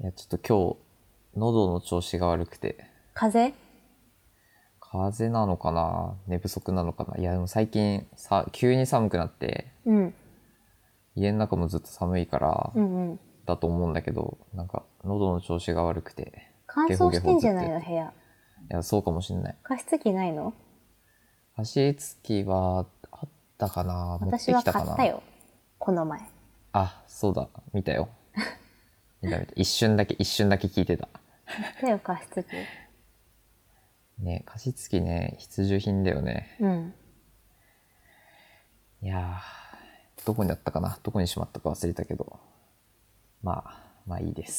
いや、ちょっと今日、喉の調子が悪くて、 風邪？ 風邪なのかな、寝不足なのかな。いや、でも最近急に寒くなって、 うん。 家の中もずっと寒いから、 うんうん。 だと思うんだけど、なんか、喉の調子が悪くて、 乾燥しゲホゲホてんじゃないの、 ずっとやって。い部屋。 や、そうかもしんない。 加湿器ないの？ 加湿器は、あったかな、持って私はきたかな。 買ったよ。この前。 あ、そうだ、見たよ。見た。一瞬だけ聞いてた。 買ったよ、加湿器。 ね、加湿器ね、必需品だよね。 うん。 いやー、どこにあったかな、どこにしまったか忘れたけど。まあいいです。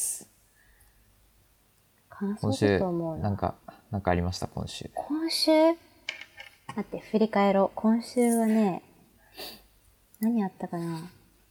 乾燥だ今週、 と思うな。 なんかありました、今週。 今週待って、振り返ろう。今週はね、何あったかな。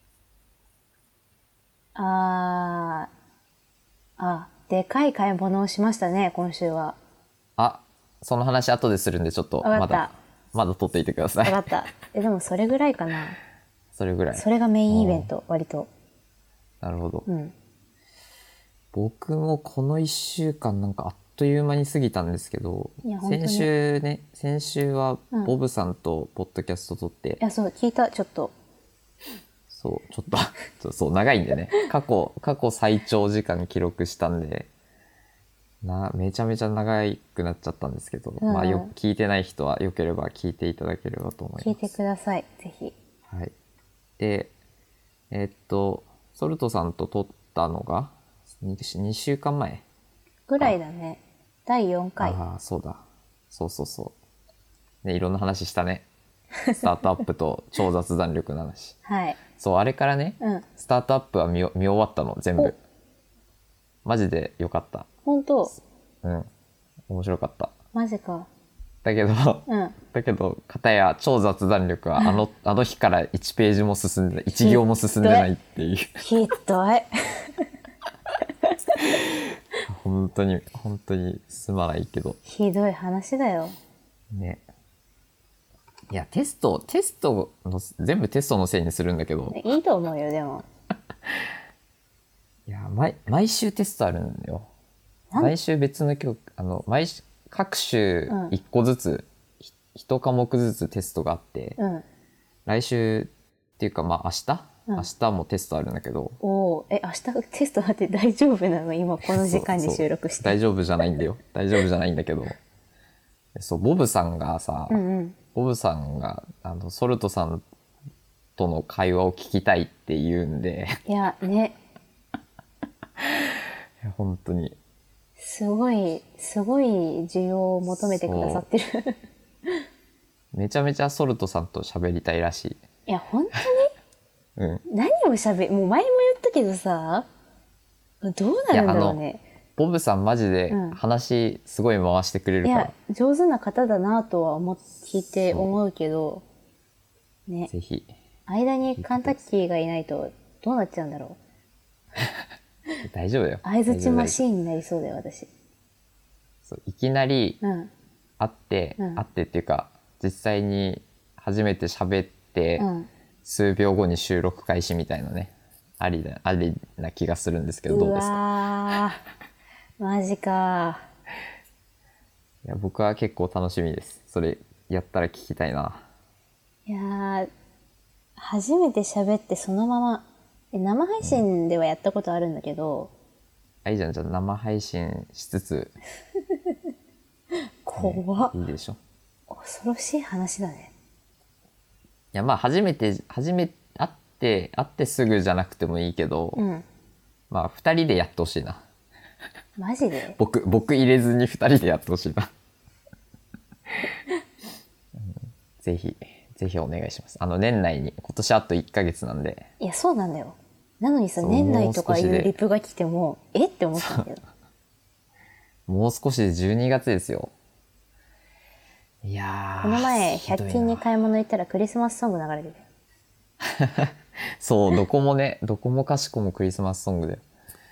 でかい買い物をしましたね、今週は。 あ、その話後でするんで、ちょっと、 わかった。 まだ撮っていてください。 わかった。でもそれぐらいかな。 それぐらい。 それがメインイベント、割と。 なるほど。 うん。 僕もこの一週間なんかあっという間に過ぎたんですけど、 いや本当に先週はボブさんとポッドキャスト撮って、 いや、そう、聞いた、ちょっと。 そう、ちょっと、そう、長いんでね。過去最長時間記録したんで、めちゃめちゃ長くなっちゃったんですけど、 うんうん聞いてない人はよければ聞いていただければと思います。 聞いてください、ぜひ。 はい。で、ソルトさんと撮ったのが2週間前ぐらいだね。第4回。 ああ、そうだ。そう。ね、いろんな話したね。スタートアップと超雑談力の話。 はい。 そう、あれからね、 うん。 スタートアップは見終わったの、全部。マジでよかった。 ほんと？ うん。面白かった。 マジか。 だけど、 うん。 片や超雑談力はあの日から1ページも進んでない、1行も進んでないっていう。 ひどい。 本当にすまないけど。 ひどい話だよ。 ね。いや、テストの、全部テストのせいにするんだけど、 いいと思うよ、でも。 いや、毎週テストあるんだよ。毎週別の各週1個ずつ、1科目ずつテストがあって、 うん。 来週っていうか明日もテストあるんだけど、 おー、明日テストあって大丈夫なの？今この時間に収録して。 大丈夫じゃないんだよ。大丈夫じゃないんだけど、そう、ボブさんが、ソルトさんとの会話を聞きたいって言うんで、 いや、ね。 本当に。 すごい需要を求めてくださってる。 めちゃめちゃソルトさんと喋りたいらしい。 いや、本当にうん。 何をもう前も言ったけどさ、どうなるんだろうね。 ボブさんマジで話すごい回してくれるから。 いや、上手な方だなとは聞いて思うけど、ね。 ぜひ。 間にカンタッキーがいないとどうなっちゃうんだろ大丈夫だよ。 う。相づちマシーンになりそうだよ、私。 そう、いきなりうん。 会ってっていうか、実際に初めて喋って、数秒後に収録開始みたいなね、ありな気がするんですけど、どうですか？ うわー、マジか。 いや、僕は結構楽しみです。それやったら聞きたいな。 いやー、初めて喋ってそのまま、生配信ではやったことあるんだけど、 いいじゃん、じゃあ生配信しつつ。 怖っ。 いいでしょ。 恐ろしい話だね。 いや、初めて会ってすぐじゃなくてもいいけど、二人でやってほしいな。 マジで？ 僕入れずに二人でやってほしいな。ぜひお願いします。年内に、今年あと1ヶ月なんで。 いや、そうなんだよ。なのにさ、 そう年内とかいうリプが来ても、って思ったんだけど。 もう少しで12月ですよ。いやー。 この前、100均に買い物行ったらクリスマスソング流れてたよ。 そう、どこもかしこもクリスマスソングだよ。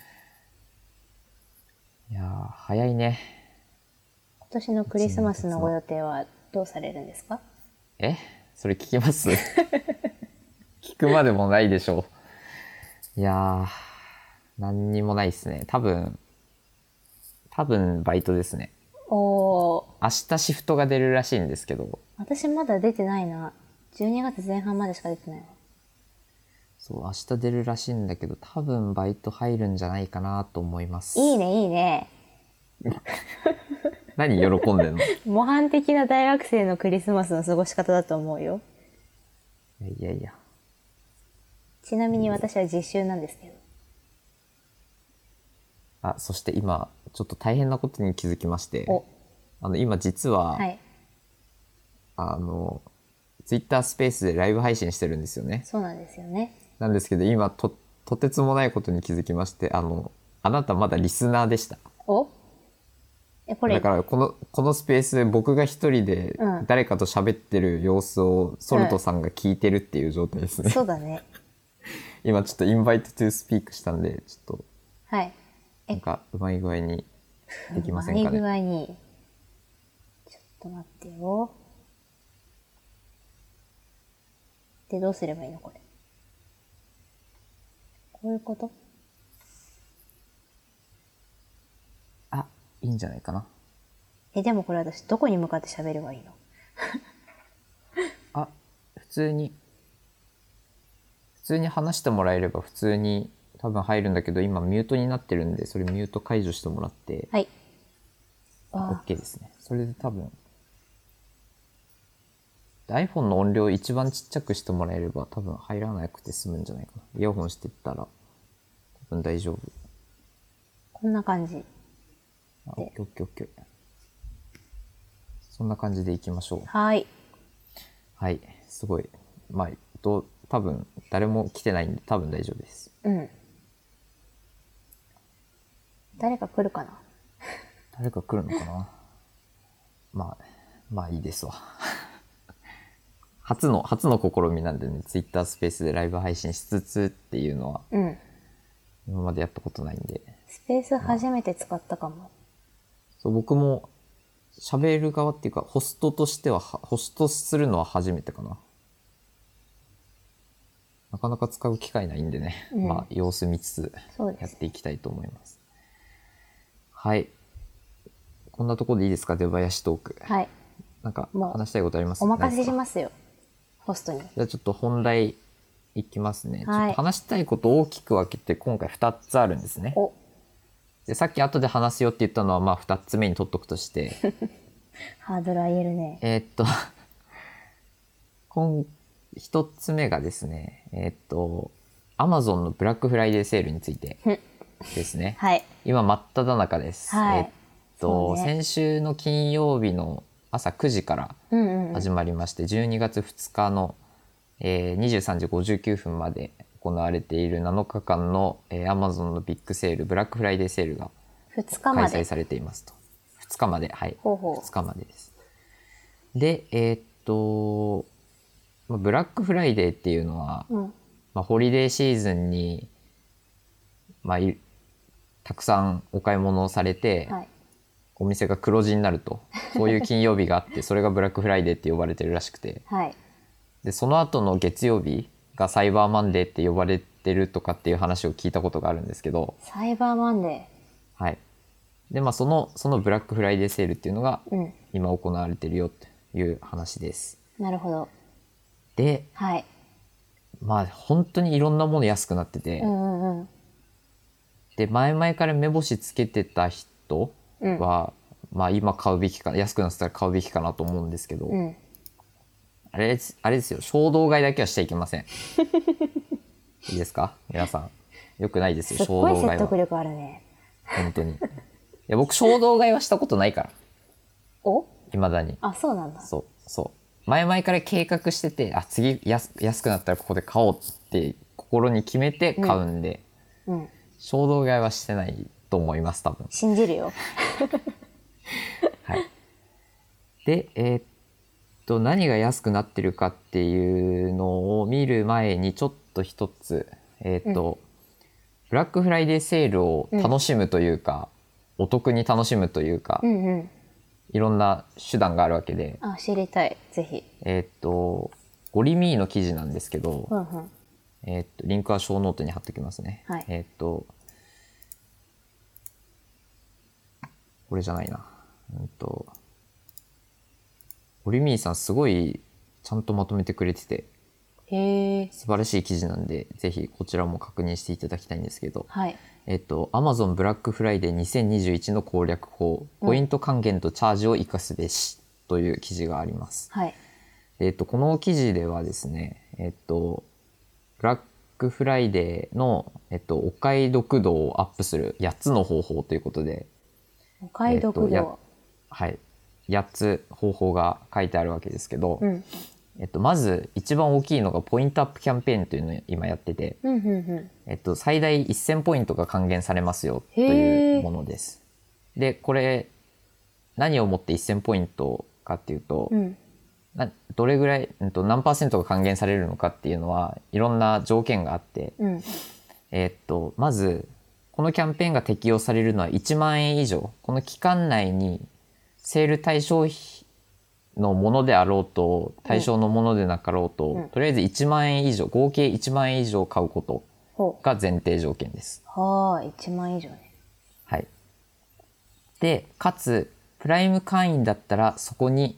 いやー、早いね。 今年のクリスマスのご予定はどうされるんですか？ それ聞きます聞くまでもないでしょう。いや何にもないですね。多分バイトですね。 おー、 明日シフトが出るらしいんですけど、 私まだ出てないな。12月前半までしか出てないわ。 そう、明日出るらしいんだけど、多分バイト入るんじゃないかなと思います。 いいね、いいね。 何喜んでんの？ 模範的な大学生のクリスマスの過ごし方だと思うよ。 いやいや。 ちなみに私は実習なんですけど。 あ、そして今、ちょっと大変なことに気づきまして、 お、 今実は、 はい。 ツイッタースペースでライブ配信してるんですよね。 そうなんですよね。 なんですけど、今、とてつもないことに気づきまして、あなたまだリスナーでした。 おこれ、 だからこのスペースで僕が一人でうん誰かと喋ってる様子をソルトさんが聞いてるっていう状態ですね。 そうだね。 今ちょっとインバイトトゥースピークしたんで、ちょっとはい。 なんかうまい具合にできませいい具んかね。 合に。ちょっと待ってよ。で、どうすればいいのこれ。こういうこと？ あ、いいんじゃないかな。 でもこれ私どこに向かって喋ればいいの？ あ、普通に話してもらえれば普通に多分入るんだけど、今ミュートになってるんで、それミュート解除してもらって、 はい。 OK ですね。それで多分、iPhone の音量一番ちっちゃくしてもらえれば多分入らなくて済むんじゃないかな。イヤホンしてったら多分大丈夫。 こんな感じ。 オッケーオッケーオッケー。そんな感じでいきましょう。 はい。 はい。すごい。まあ、多分誰も来てないんで多分大丈夫です。 うん。誰か来るかな？ 誰か来るのかな。まあいいですわ。初の試みなんでね、Twitter スペースでライブ配信しつつっていうのはうん。 今までやったことないんで。 スペース初めて使ったかも。 そう僕も喋る側っていうかホストとしてはホストするのは初めてかな。なかなか使う機会ないんでね、まあ様子見つつやっていきたいと思います。はい。こんなところでいいですか、出囃子トーク。 はい。 なんか話したいことありますか？ お任せしますよ。ホストに。 じゃあちょっと本題いきますね。 はい、 ちょっと話したいことを大きく分けて今回2つあるんですね。でさっき後で話すよって言ったのはまあ2つ目に取っとくとしてハードル上げるね。 1つ目がですね、Amazon のブラックフライデーセールについてですね。 はい。 今真っ只中です。 はい。 先週の金曜日の朝9時から始まりまして、12月2日の、23時59分まで行われている7日間の、Amazon のビッグセール、ブラックフライデーセールが開催されていますと。2日まで、はい。2日までです。で、ブラックフライデーっていうのは、ホリデーシーズンに、たくさんお買い物をされて、はい、お店が黒字になると、そういう金曜日があってそれがブラックフライデーって呼ばれてるらしくて、はい、でその後の月曜日がサイバーマンデーって呼ばれてるとかっていう話を聞いたことがあるんですけど、 サイバーマンデー、はい。でそのブラックフライデーセールっていうのが今行われてるよという話です。 なるほど。 で、はい、本当にいろんなもの安くなってて、で前々から目星つけてた人は、今買うべきかな、安くなってたら買うべきかなと思うんですけど、あれですよ、衝動買いだけはしちゃいけません。いいですか皆さん。よくないですよ、衝動買いは。 すっごい説得力あるね。 本当に。いや僕衝動買いはしたことないから。未だに。 あ、そうなんだ。 そう。前々から計画してて、次安くなったらここで買おうって心に決めて買うんで、衝動買いはしてないと思います、多分。 信じるよ。 はい。で、何が安くなってるかっていうのを見る前にちょっと一つ、ブラックフライデーセールを楽しむというか、お得に楽しむというか、いろんな手段があるわけで。 あ、知りたい。ぜひ。 ゴリミーの記事なんですけど、リンクはショーノートに貼っておきますね。はい、 これじゃないな。オリミーさんすごいちゃんとまとめてくれてて、素晴らしい記事なんで、ぜひこちらも確認していただきたいんですけど、 はい。 Amazon ブラックフライデー2021の攻略法、ポイント還元とチャージを生かすべしという記事があります。 はい。 この記事ではですね、ブラックフライデーの、お買い得度をアップする8つの方法ということで、 お買い得度、 はい。8つ方法が書いてあるわけですけど、 うん、 まず一番大きいのがポイントアップキャンペーンというのを今やってて、最大1000ポイントが還元されますよというものです。で、これ何をもって1000ポイントかっていうと、どれぐらい、何%が還元されるのかっていうのはいろんな条件があって、まずこのキャンペーンが適用されるのは1万円以上、この期間内にセール対象のものであろうと対象のものでなかろうと、とりあえず1万円以上、合計1万円以上買うことが前提条件です。 はあ、1万円以上ね。 はい。で、かつプライム会員だったらそこに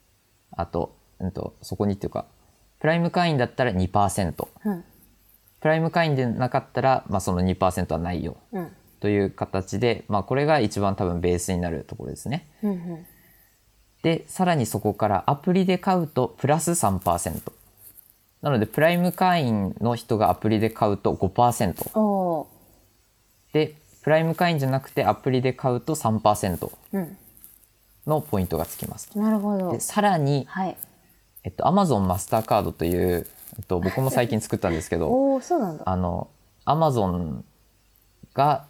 そこにっていうか、プライム会員だったら 2%、プライム会員でなかったら、その 2% はないよ、という形で、これが一番多分ベースになるところですね。で、さらにそこからアプリで買うとプラス 3%。なので、プライム会員の人がアプリで買うと 5%。で、プライム会員じゃなくてアプリで買うと 3%のポイントがつきます。 なるほど。 で、さらに、Amazon マスターカードという、僕も最近作ったんですけど、 そうなんだ。 Amazon が、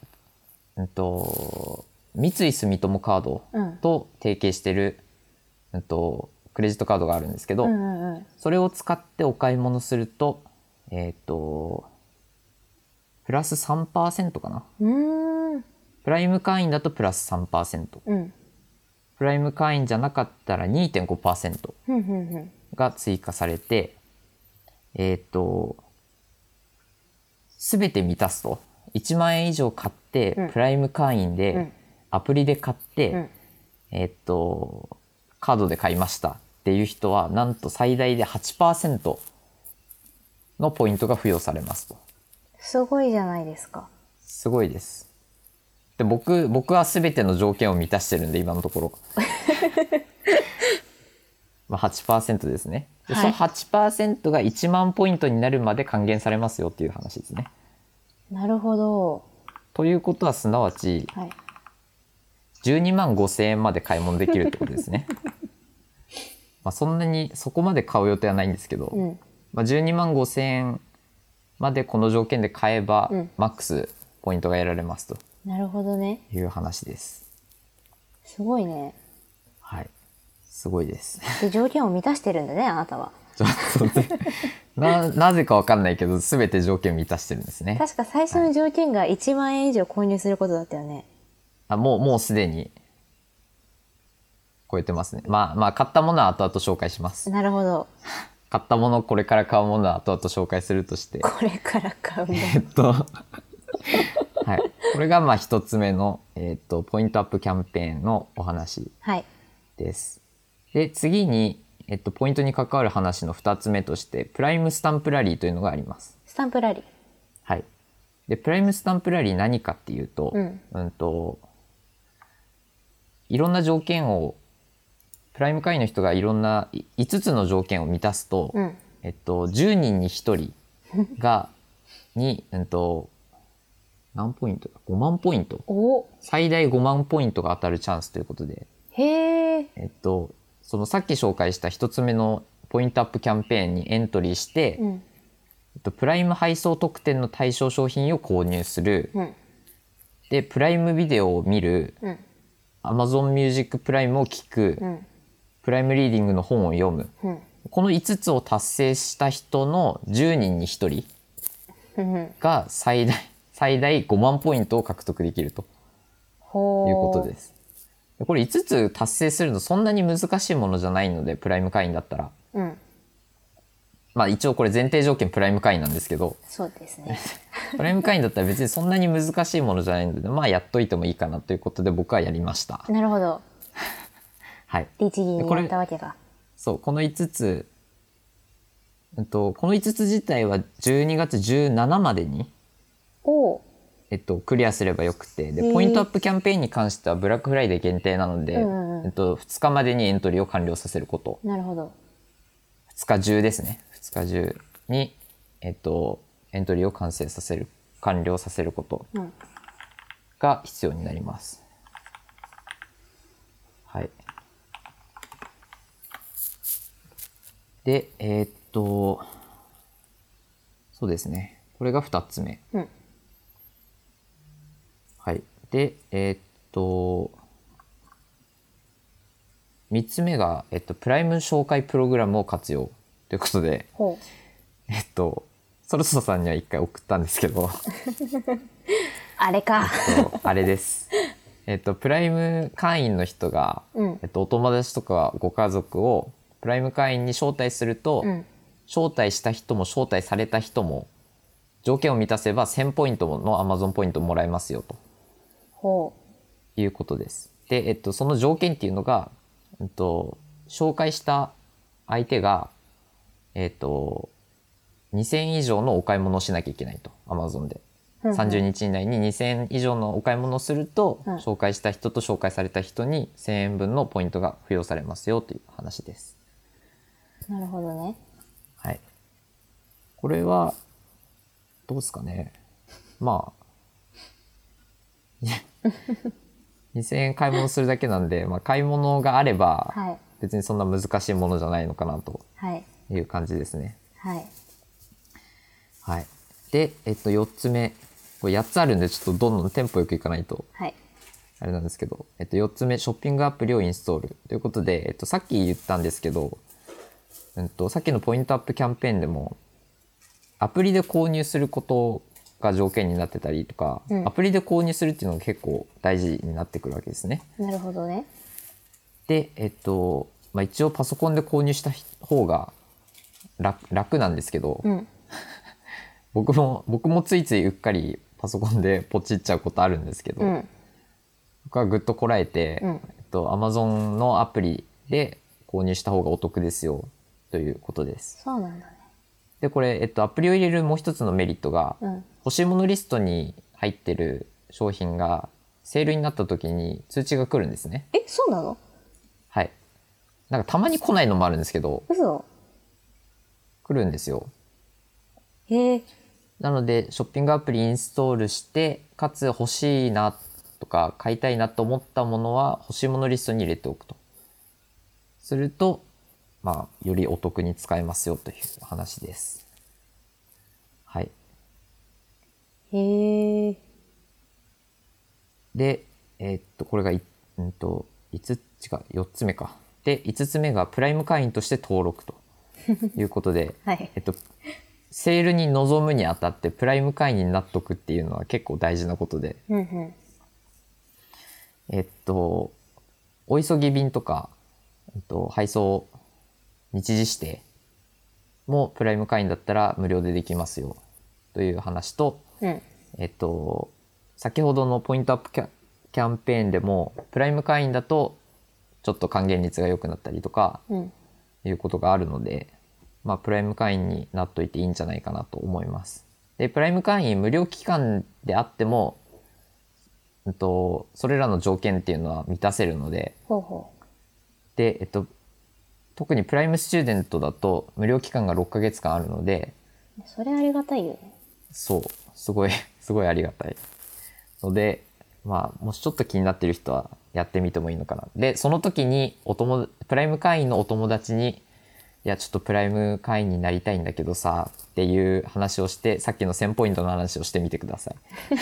三井住友カードと提携してる、クレジットカードがあるんですけど、それを使ってお買い物すると、プラス 3% かな。プライム会員だとプラス 3%。プライム会員じゃなかったら 2.5% が追加されて、すべて満たすと。1万円以上買って、プライム会員で、アプリで買って、カードで買いましたっていう人は、なんと最大で 8% のポイントが付与されますと。 すごいじゃないですか。 すごいです。で、僕は全ての条件を満たしてるんで、今のところ。8% ですね。で、その 8% が1万ポイントになるまで還元されますよっていう話ですね。 なるほど。 ということは、すなわち、12万5,000円まで買い物できるってことですね。そんなにそこまで買う予定はないんですけど、12万5,000円までこの条件で買えば、マックスポイントが得られますと。 なるほどね。 いう話です。 すごいね。 はい。すごいです。 で、条件を満たしてるんだね、あなたは。 なぜかわかんないけど、すべて条件満たしてるんですね。 確か最初の条件が1万円以上購入することだったよね。 もうすでに超えてますね。買ったものは後々紹介します。 なるほど。 買ったもの、これから買うものは後々紹介するとして。 これから買うもの。はい。これが一つ目の、ポイントアップキャンペーンのお話です。で、次に、ポイントに関わる話の2つ目として、プライムスタンプラリーというのがあります。 スタンプラリー。 はい。で、プライムスタンプラリー何かっていうと、いろんな条件を、プライム会員の人がいろんな5つの条件を満たすと、10人に1人が、何ポイントだ ?5 万ポイント。最大5万ポイントが当たるチャンスということで。そのさっき紹介した一つ目のポイントアップキャンペーンにエントリーして、プライム配送特典の対象商品を購入する。で、プライムビデオを見る。Amazon Music プライムを聞く。プライムリーディングの本を読む。この5つを達成した人の10人に1人が最大5万ポイントを獲得できるということです。これ5つ達成するのそんなに難しいものじゃないので、プライム会員だったら。一応これ前提条件プライム会員なんですけど。 そうですね。 プライム会員だったら別にそんなに難しいものじゃないので、まあやっといてもいいかなということで僕はやりました。 なるほど。 はい。 律儀にやったわけか。 そう、この5つ、この5つ自体は12月17までに、 おクリアすればよくて、で、ポイントアップキャンペーンに関してはブラックフライデー限定なので、2日までにエントリーを完了させること。 なるほど。 2日中ですね。2日中に、エントリーを完了させることが必要になります。はい。で、そうですね。これが2つ目。はい。で、3つ目が、プライム紹介プログラムを活用ということで、ソルソさんには1回送ったんですけどあれか。 あれです。プライム会員の人が、お友達とかご家族をプライム会員に招待すると、招待した人も招待された人も条件を満たせば1000ポイントの Amazon ポイントもらえますよということです。で、その条件っていうのが、紹介した相手が、2000以上のお買い物をしなきゃいけないと Amazon で。30日以内に2000以上のお買い物をすると、紹介した人と紹介された人に1000円分のポイントが付与されますよという話です。 なるほどね。 はい。これは、どうですかね。まあ、2000円買い物するだけなんで、まあ、買い物があれば、別にそんな難しいものじゃないのかなという感じですね。 はい。 はい。で、4つ目。これ8つあるんで、ちょっとどんどんテンポよくいかないと、あれなんですけど、4つ目、ショッピングアプリをインストール。ということで、さっき言ったんですけど、さっきのポイントアップキャンペーンでも、アプリで購入することが条件になってたりとか、アプリで購入するっていうのが結構大事になってくるわけですね。 なるほどね。 で、まあ、一応パソコンで購入した方が楽なんですけど、僕もついついうっかりパソコンでポチっちゃうことあるんですけど、僕はぐっとこらえて、Amazon のアプリで購入した方がお得ですよということです。 そうなんだね。 で、これ、アプリを入れるもう一つのメリットが、欲しいものリストに入ってる商品がセールになった時に通知が来るんですね。 そうなの？ はい。なんかたまに来ないのもあるんですけど、 嘘？ 来るんですよ。 へえ。 なので、ショッピングアプリインストールして、かつ欲しいなとか買いたいなと思ったものは欲しいものリストに入れておくと。すると、まあ、よりお得に使えますよという話です。はい。 へえ。 で、これが4つ目か。で、5つ目がプライム会員として登録ということで、セールに臨むにあたってプライム会員になっとくっていうのは結構大事なことで、お急ぎ便とか、配送日時指定もプライム会員だったら無料でできますよという話と、先ほどのポイントアップキャンペーンでもプライム会員だとちょっと還元率が良くなったりとかいうことがあるので、まあプライム会員になっといていいんじゃないかなと思います。で、プライム会員無料期間であっても、それらの条件っていうのは満たせるので、で、特にプライムスチューデントだと無料期間が6ヶ月間あるので、 それありがたいよね。 そう、すごいありがたいので、まあもしちょっと気になってる人はやってみてもいいのかな。で、その時にプライム会員のお友達に、いやちょっとプライム会員になりたいんだけどさっていう話をして、さっきの1000ポイントの話をしてみてください。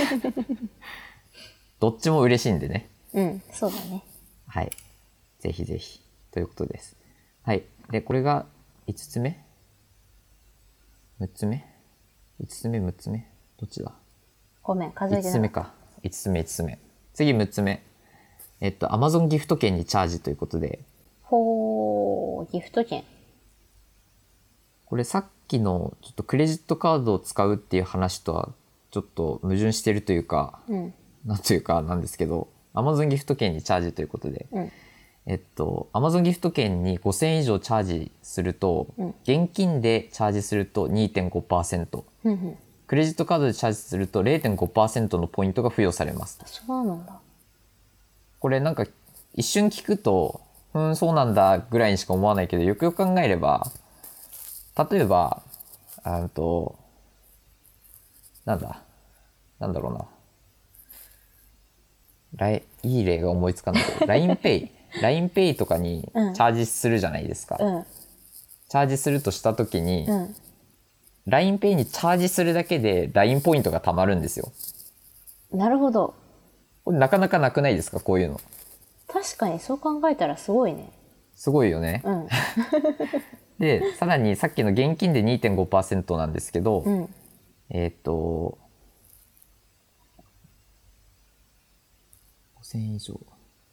どっちも嬉しいんでね。 そうだね。 はい。ぜひぜひ。ということです。はい。で、これが5つ目 ?6 つ目 ?5 つ目、6つ目どっちだ？ ごめん、数えてなかった。 5つ目か。5つ目、5つ目。次6つ目。Amazon ギフト券にチャージということで。 ギフト券。 これさっきのちょっとクレジットカードを使うっていう話とはちちょっと矛盾してるというか、なんというかなんですけど、Amazon ギフト券にチャージということで、Amazon ギフト券に5000円以上チャージすると、現金でチャージすると 2.5%、クレジットカードでチャージすると 0.5% のポイントが付与されます。 そうなんだ。 これなんか一瞬聞くと、そうなんだぐらいにしか思わないけど、よくよく考えれば、例えば、なんだろうな。いい例が思いつかないけど、LINEPay とかにチャージするじゃないですか。チャージするとしたときに、LINEPay にチャージするだけで LINE ポイントが貯まるんですよ。 なるほど。 これなかなかなくないですか、こういうの。 確かにそう考えたらすごいね。 すごいよね。で、さらにさっきの現金で 2.5% なんですけど、5000円以上。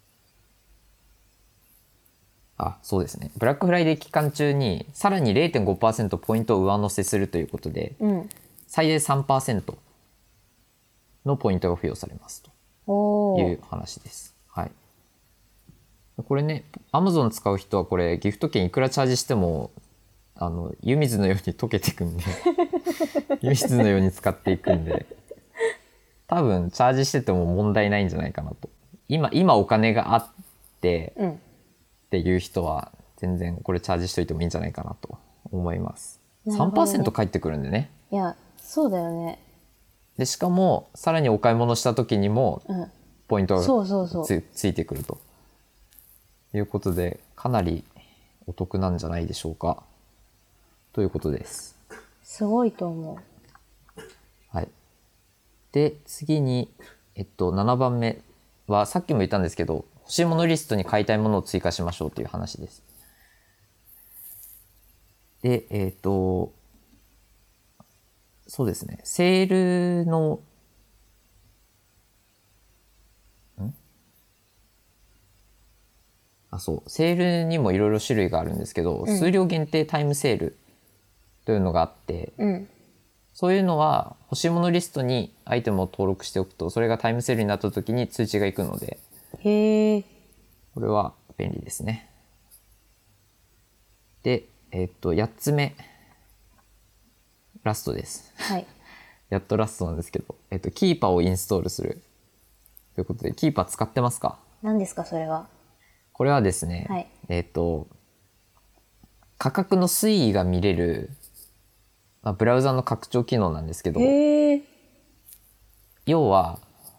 そうですね。ブラックフライデー期間中にさらに 0.5% ポイントを上乗せするということで、最大 3% のポイントが付与されますという話です。はい。これね、Amazon 使う人はこれギフト券いくらチャージしても湯水のように溶けていくんで湯水のように使っていくんで、多分チャージしてても問題ないんじゃないかなと。今お金があってっていう人は全然これチャージしといてもいいんじゃないかなと思います。3% 返ってくるんでね。 いや、そうだよね。 でしかもさらにお買い物した時にもポイントがついてくるということで、かなりお得なんじゃないでしょうかということです。 すごいと思う。 はい。で、次に、7番目はさっきも言ったんですけど、欲しいものリストに買いたいものを追加しましょうという話です。で、そうですね。セールの、セールにもいろいろ種類があるんですけど、数量限定タイムセールというのがあって、そういうのは欲しいものリストにアイテムを登録しておくと、それがタイムセールになった時に通知がいくので、これは便利ですね。で、8つ目、ラストです。 はい。 やっとラストなんですけど、キーパーをインストールするということで、キーパー使ってますか？ 何ですかそれは。 これはですね、 はい、 価格の推移が見れる、ブラウザの拡張機能なんですけど、要は、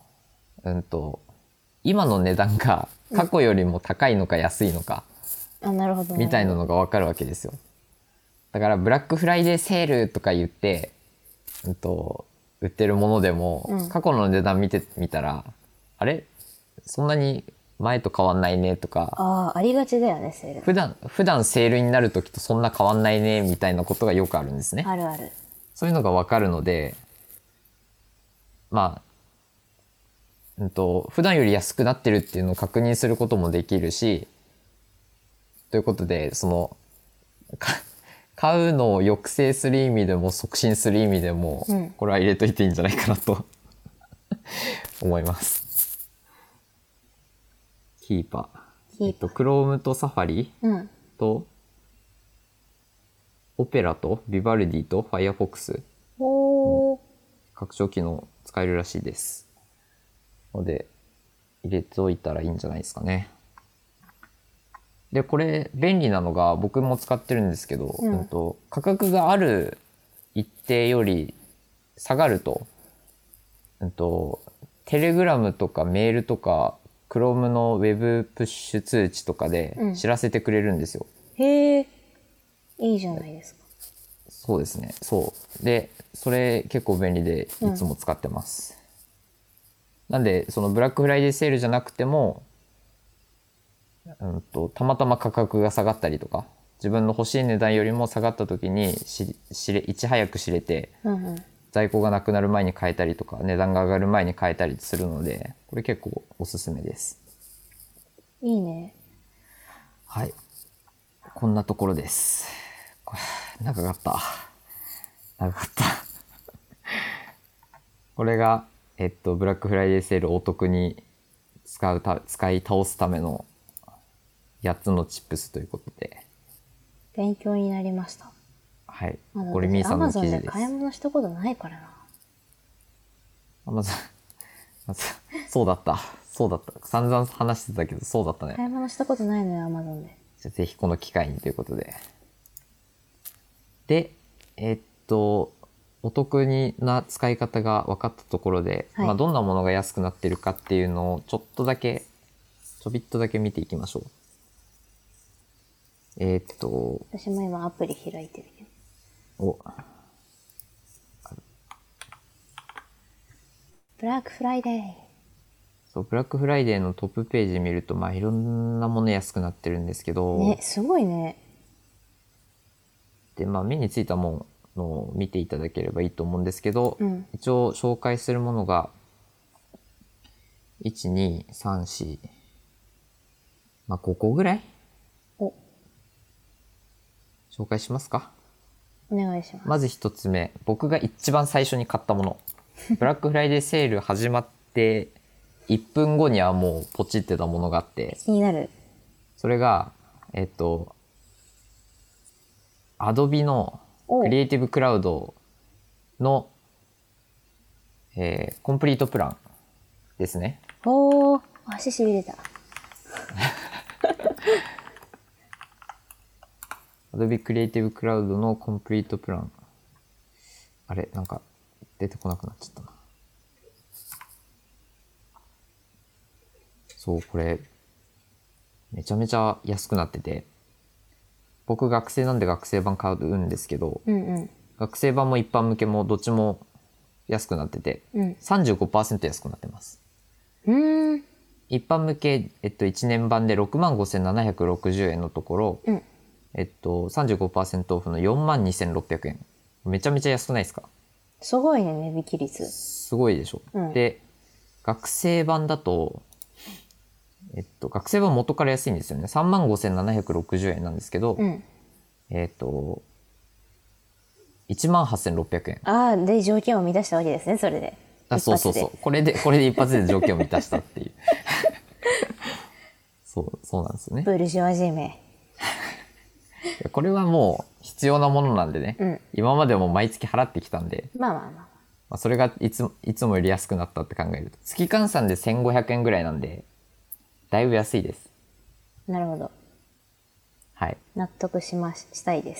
今の値段が過去よりも高いのか安いのか、 なるほどみたいなのが分かるわけですよ。だからブラックフライデーセールとか言って、売ってるものでも、過去の値段見てみたら、あれそんなに前と変わんないねとか、 ありがちだよね、セール。 普段セールになるときとそんな変わんないねみたいなことがよくあるんですね。 あるある。 そういうのが分かるので、普段より安くなってるっていうのを確認することもできるし、ということで、買うのを抑制する意味でも促進する意味でも、これは入れといていいんじゃないかなと思います。キーパー。Chrome と Safari と、Opera と Vivaldi と Firefox 拡張機能使えるらしいです。ので入れておいたらいいんじゃないですかね。で、これ便利なのが僕も使ってるんですけど、価格がある一定より下がると、テレグラムとかメールとか Chrome のウェブプッシュ通知とかで知らせてくれるんですよ。 へえ、いいじゃないですか。 そうですね。そう。で、それ結構便利でいつも使ってます。なんで、そのブラックフライデーセールじゃなくても、たまたま価格が下がったりとか、自分の欲しい値段よりも下がった時にいち早く知れて、在庫がなくなる前に買えたりとか、値段が上がる前に買えたりするので、これ結構おすすめです。 いいね。 はい。こんなところです。長かった。 これが、ブラックフライデーセールお得に使い倒すための8つのチップスということで。 勉強になりました。 はい。これみーさんの記事です。 Amazon で買い物したことないからな。 Amazon そうだった。そうだった。散々話してたけど、そうだったね。 買い物したことないのよ、Amazon で。 じゃあぜひこの機会にということで。で、お得な使い方が分かったところで、 はい、 まあどんなものが安くなってるかっていうのをちょびっとだけ見ていきましょう。 私も今アプリ開いてるけど。ブラックフライデー。 そう、ブラックフライデーのトップページ見ると、まあいろんなもの安くなってるんですけど。 ね、すごいね。 で、まあ目についたものを見ていただければいいと思うんですけど、一応紹介するものが、1、2、3、4、まあ5個ぐらい紹介しますか。 お願いします。 まず一つ目、僕が一番最初に買ったもの。ブラックフライデーセール始まって1分後にはもうポチってたものがあって。 気になる。 それが、Adobe のクリエイティブクラウドの、コンプリートプランですね。 おー、足しびれた。 Adobe クリエイティブクラウドのコンプリートプラン。あれ、なんか出てこなくなっちゃったな。そう、これ、めちゃめちゃ安くなってて、僕学生なんで学生版買うんですけど、学生版も一般向けもどっちも安くなってて、35% 安くなってます。一般向け、1年版で 65,760 円のところ、35% オフの 42,600 円。めちゃめちゃ安くないですか？ すごいね、値引き率。 すごいでしょ。で、学生版だと、学生版元から安いんですよね。35,760 円なんですけど、18,600 円。 ああ、で、条件を満たしたわけですね、それで。 そうそうそう。これで一発で条件を満たしたっていう。そうなんですよね。 ブルジョワジー名。 これはもう必要なものなんでね。今までも毎月払ってきたんで。まあそれがいつもより安くなったって考えると。月換算で1,500 円ぐらいなんで、だいぶ安いです。 なるほど。 はい。 納得したいです。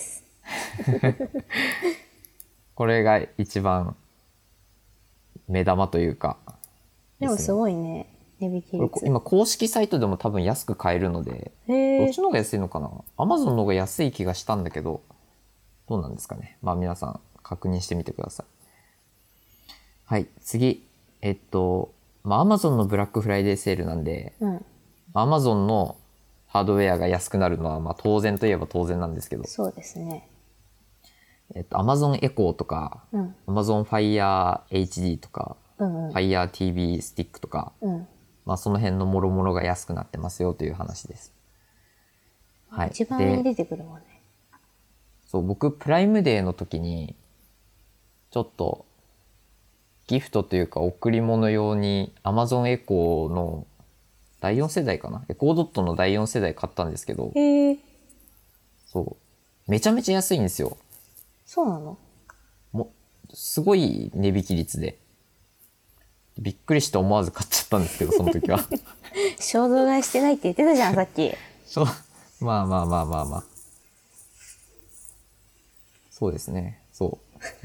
これが一番目玉というか。 でもすごいね。値引き率。 今公式サイトでも多分安く買えるので、どっちの方が安いのかな？ Amazon の方が安い気がしたんだけど、どうなんですかね。まあ皆さん確認してみてください。はい、次。まあ Amazon のブラックフライデーセールなんで、Amazon のハードウェアが安くなるのはまあ当然といえば当然なんですけど。 そうですね。 Amazon Echo とか、Amazon Fire HD とか、Fire TV スティックとか、まあその辺の諸々が安くなってますよという話です。 はい。一番上に出てくるもんね。 そう、僕プライムデーの時に、ちょっとギフトというか贈り物用に Amazon Echo の第4世代かな？エコードットの第4世代買ったんですけど、そう。めちゃめちゃ安いんですよ。 そうなの？ すごい値引き率で。びっくりして思わず買っちゃったんですけど、その時は。 衝動買いしてないって言ってたじゃん、さっき。 まあ。そうですね。そう。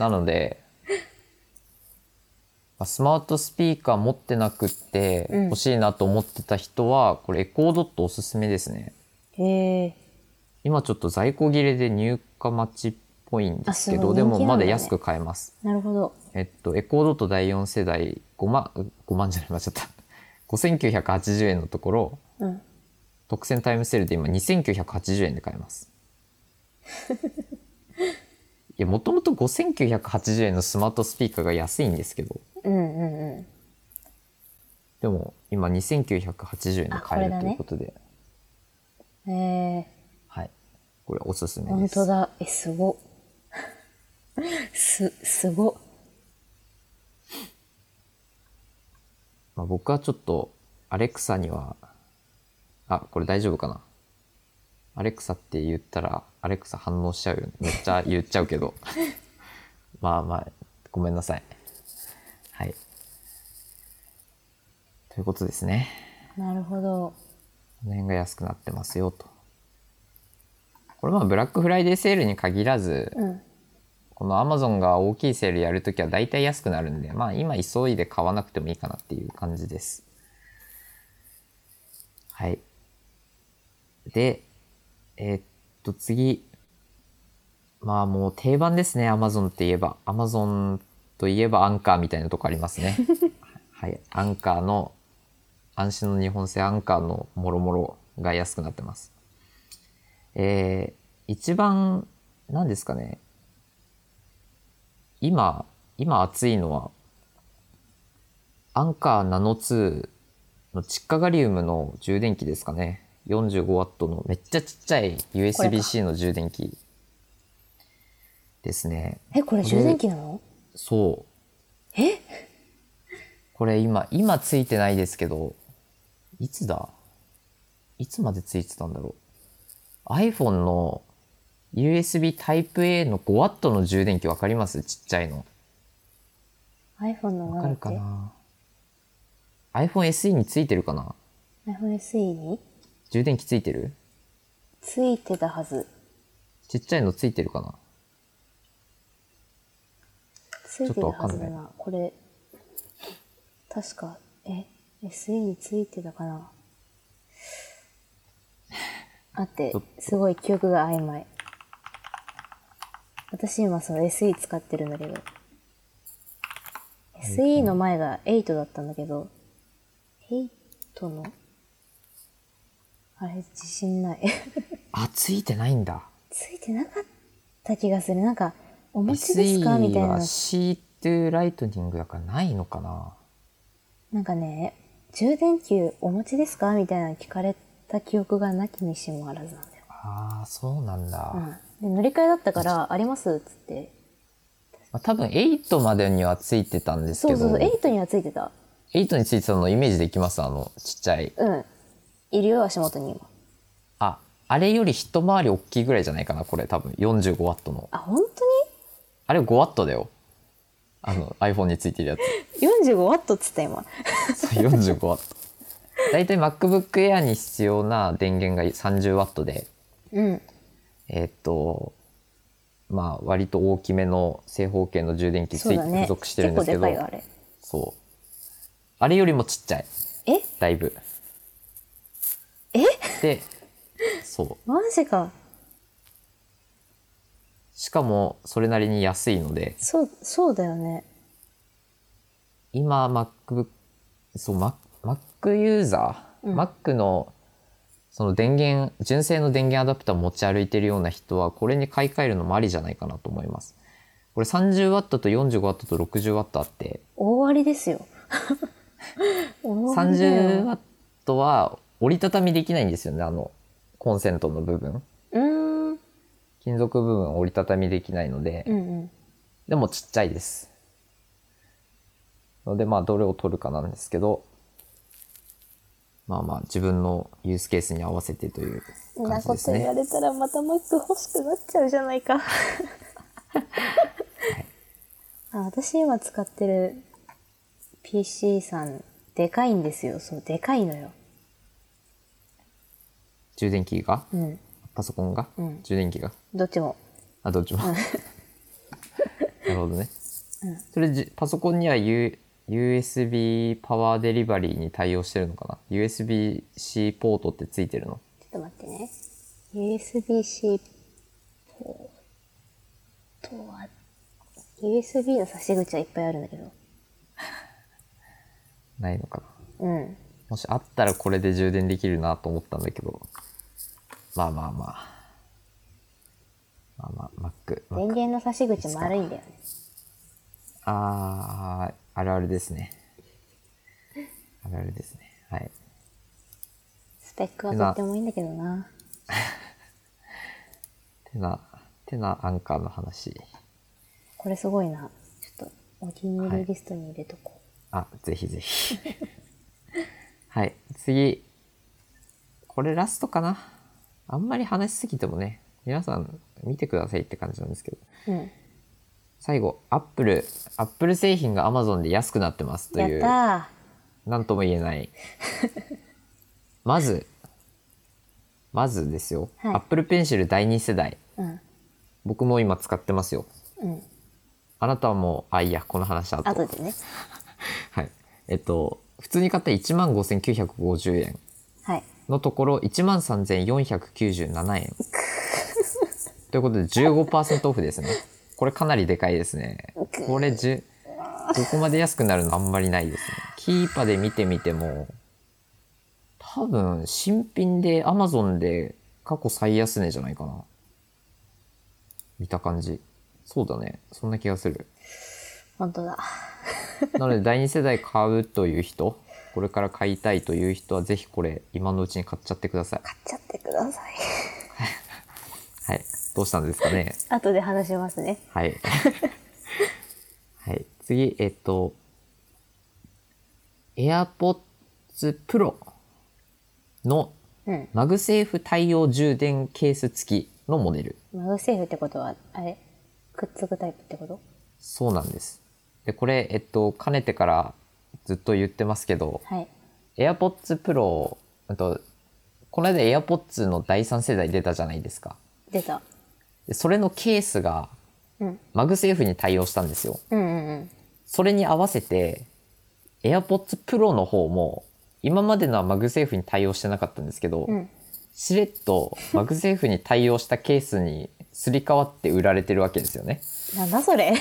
なので、スマートスピーカー持ってなくって欲しいなと思ってた人は、これエコードットおすすめですね。今ちょっと在庫切れで入荷待ちっぽいんですけど、でもまだ安く買えます。 なるほど。 エコードット第4世代5万じゃない、間違った。5,980 円のところ、特選タイムセールで今 2,980 円で買えます。いや、もともと 5,980 円のスマートスピーカーが安いんですけど。でも、今 2,980 円で買えるということで。はい。これおすすめです。 本当だ。すご。すご。 まあ、僕はちょっとアレクサには、これ大丈夫かな。アレクサって言ったらアレクサ反応しちゃうよね。めっちゃ言っちゃうけど。まあまあ、ごめんなさい。はい。ということですね。 なるほど。 この辺が安くなってますよと。これまあブラックフライデーセールに限らず、この Amazon が大きいセールやるときは大体安くなるんで、まあ今急いで買わなくてもいいかなっていう感じです。はい。で、次。まあもう定番ですね、Amazon って言えば。Amazon といえばアンカーみたいなとこありますね。はい。アンカーの、安心の日本製アンカーのもろもろが安くなってます。一番、何ですかね。今熱いのは、アンカーナノ2の窒化ガリウムの充電器ですかね。45W のめっちゃちっちゃい USB-C の充電器ですね。 これ充電器なの？ そう。これ今ついてないですけど、いつまでついてたんだろう。iPhone の USB Type-A の 5W の充電器わかります？ちっちゃいの。 iPhone のわかるかな？ iPhone SE についてるかな？ iPhone SE に充電器ついてる？ ついてたはず。 ちっちゃいのついてるかな？ ついてるはずだな。これ、確か、SE についてたかな。すごい記憶が曖昧。私今その SE 使ってるんだけど。SE の前が8だったんだけど、8の、あれ、自信ない。 ついてないんだ。 ついてなかった気がする。なんか、お持ちですかみたいな。 C2 ライトニングだからないのかな。 なんかね、充電器お持ちですかみたいなの聞かれた記憶がなきにしもあらずなんだよ。 そうなんだ。 で乗り換えだったから、ありますっつって。 多分8までにはついてたんですけど。 そう、8にはついてた。 8についてたのイメージできます？ちっちゃい。 いるよ、足元に今。 あれより一回り大きいぐらいじゃないかな、これ多分。45W の。 本当に？ あれ 5W だよ。iPhone についてるやつ。 45W っつった今。 そう、45W。だいたい MacBook Air に必要な電源が 30W で、まあ割と大きめの正方形の充電器付属してるんですけど、 結構でかいよあれ。 そう。あれよりもちっちゃい。だいぶ。で、そう。 マジか。 しかもそれなりに安いので。 そうだよね。 今 Mac ユーザー、Mac のその純正の電源アダプター持ち歩いてるような人はこれに買い替えるのもありじゃないかなと思います。これ 30W と 45W と 60W あって。 大割りですよ。 30W は折りたたみできないんですよね、コンセントの部分。金属部分折りたたみできないので、でもちっちゃいです。のでまあどれを取るかなんですけど、まあ自分のユースケースに合わせてという感じですね。 なこと言われたらまたもう一個欲しくなっちゃうじゃないか。私今使ってる PC さんでかいんですよ。そう、でかいのよ。 充電器が、パソコンが、充電器がどっちも。 どっちも。なるほどね。それパソコンにはUSB パワーデリバリーに対応してるのかな？ USB-C ポートってついてるの？ ちょっと待ってね。USB-C ポートは、USB の差し口はいっぱいあるんだけど。 ないのかな？もしあったらこれで充電できるなと思ったんだけど。まあ Mac。 電源の差し口丸いんだよね。 あるあるですね。あるあるですね。はい。 スペックはとってもいいんだけどな。 てなアンカーの話。 これすごいな。ちょっとお気に入りリストに入れとこう。 ぜひぜひ。 はい。次。これラストかな。あんまり話しすぎてもね、皆さん見てくださいって感じなんですけど。 うん。 最後、アップル製品が Amazon で安くなってますという、 やっなんとも言えない。まずですよ。 はい、 Apple Pencil 第2世代。 うん。 僕も今使ってますよ。 うん。 あなたはもう、いいや、この話後。 後でね。 はい。普通に買ったら 15,950 円はい。 のところ 13,497 円。ということで 15% オフですね。これかなりでかいですね。これここまで安くなるのあんまりないですね。キーパで見てみても、多分新品で Amazon で過去最安値じゃないかな。見た感じ。そうだね。そんな気がする。 本当だ。 なので第2世代買うという人、これから買いたいという人はぜひこれ今のうちに買っちゃってください。 買っちゃってください。 はい。どうしたんですかね。 後で話しますね。 はい。はい。次、AirPods Pro のマグセーフ対応充電ケース付きのモデル。 マグセーフってことは、あれくっつくタイプってこと？ そうなんです。で、これ、かねてからずっと言ってますけど、 はい。 AirPods Pro、この間 AirPods の第3世代出たじゃないですか。 出た。 でそれのケースが、マグセーフに対応したんですよ。 うんうんうん。 それに合わせて、AirPods Pro の方も、今までのはマグセーフに対応してなかったんですけど、しれっとマグセーフに対応したケースにすり替わって売られてるわけですよね。 なんだそれ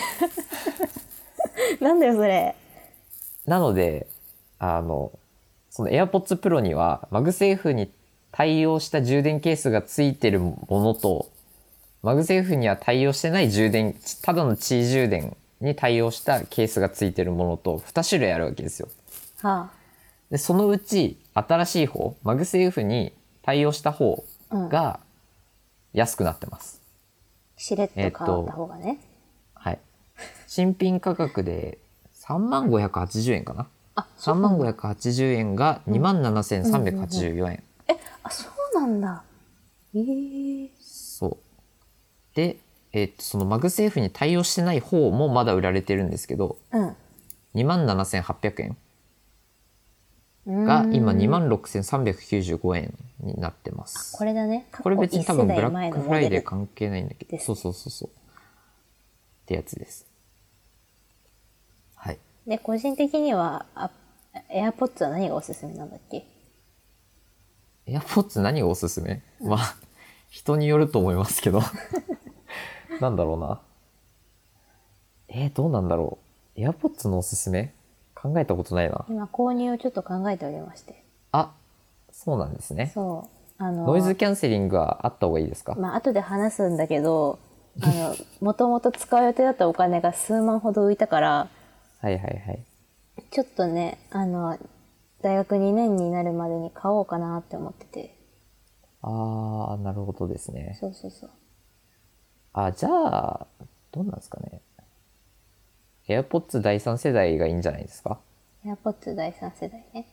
なんだよそれ。 なので、その AirPods Pro にはマグセーフに対応した充電ケースがついてるものと、マグセーフには対応してないただの地位充電に対応したケースがついてるものと2種類あるわけですよ。 はで、そのうち新しい方、マグセーフに対応した方が安くなってます。 しれっと変わった方がね。 はい。新品価格で3580円かな。3580円が27,384円。 あ、そうなんだ。 そう。で、そのマグセーフに対応してない方もまだ売られてるんですけど、27,800円が今26,395円になってます。 これだね。 これ別に多分ブラックフライデー関係ないんだけど、そう。ってやつです。はい。 で、個人的には、AirPods は何がおすすめなんだっけ？ AirPods 何がおすすめ？まあ、人によると思いますけど。なんだろうな。どうなんだろう。AirPods のおすすめ？考えたことないな。 今購入をちょっと考えておりまして。 あ、そうなんですね。 そう。 ノイズキャンセリングはあった方がいいですか？ まあ、後で話すんだけど、もともと使う予定だったお金が数万ほど浮いたから、 はいはいはい。 ちょっとね、大学2年になるまでに買おうかなって思ってて。 あー、なるほどですね。 そうそうそう。 じゃあ、どうなんですかね。AirPods 第3世代がいいんじゃないですか？ AirPods 第3世代ね。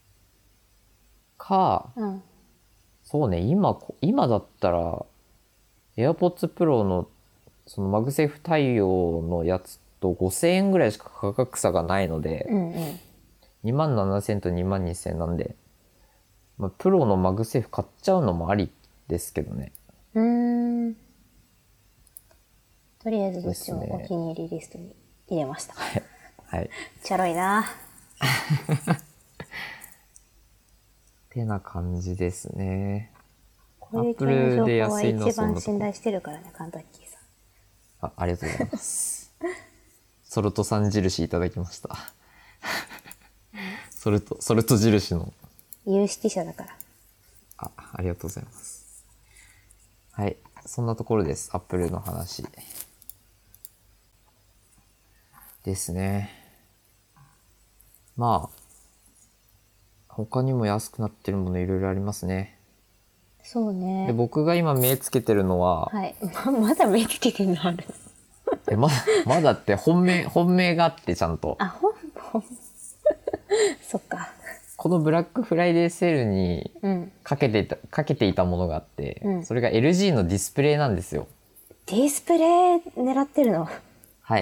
そうね、今だったら、AirPods Pro のそのマグセーフ対応のやつと5,000円ぐらいしか価格差がないので、27,000と22,000なんで、まあ、プロのマグセーフ買っちゃうのもありですけどね。 とりあえずどっちもお気に入りリストに入れました。 はい。 ちゃろいな。 てな感じですね。 こういう系の情報は一番信頼してるからね、カンタッキーさん。 ありがとうございます。ソルトさん印いただきました。ソルト印の。 有識者だから。 ありがとうございます。はい。そんなところです。アップルの話。ですね。まあ、他にも安くなってるものいろいろありますね。 そうね。 で、僕が今目つけてるのは、 はい。まだ目つけてるのあるまだって本命があってちゃんと。 そっか。 このブラックフライデーセールにかけていたものがあって、それが LG のディスプレイなんですよ。 ディスプレイ狙ってるの？ はい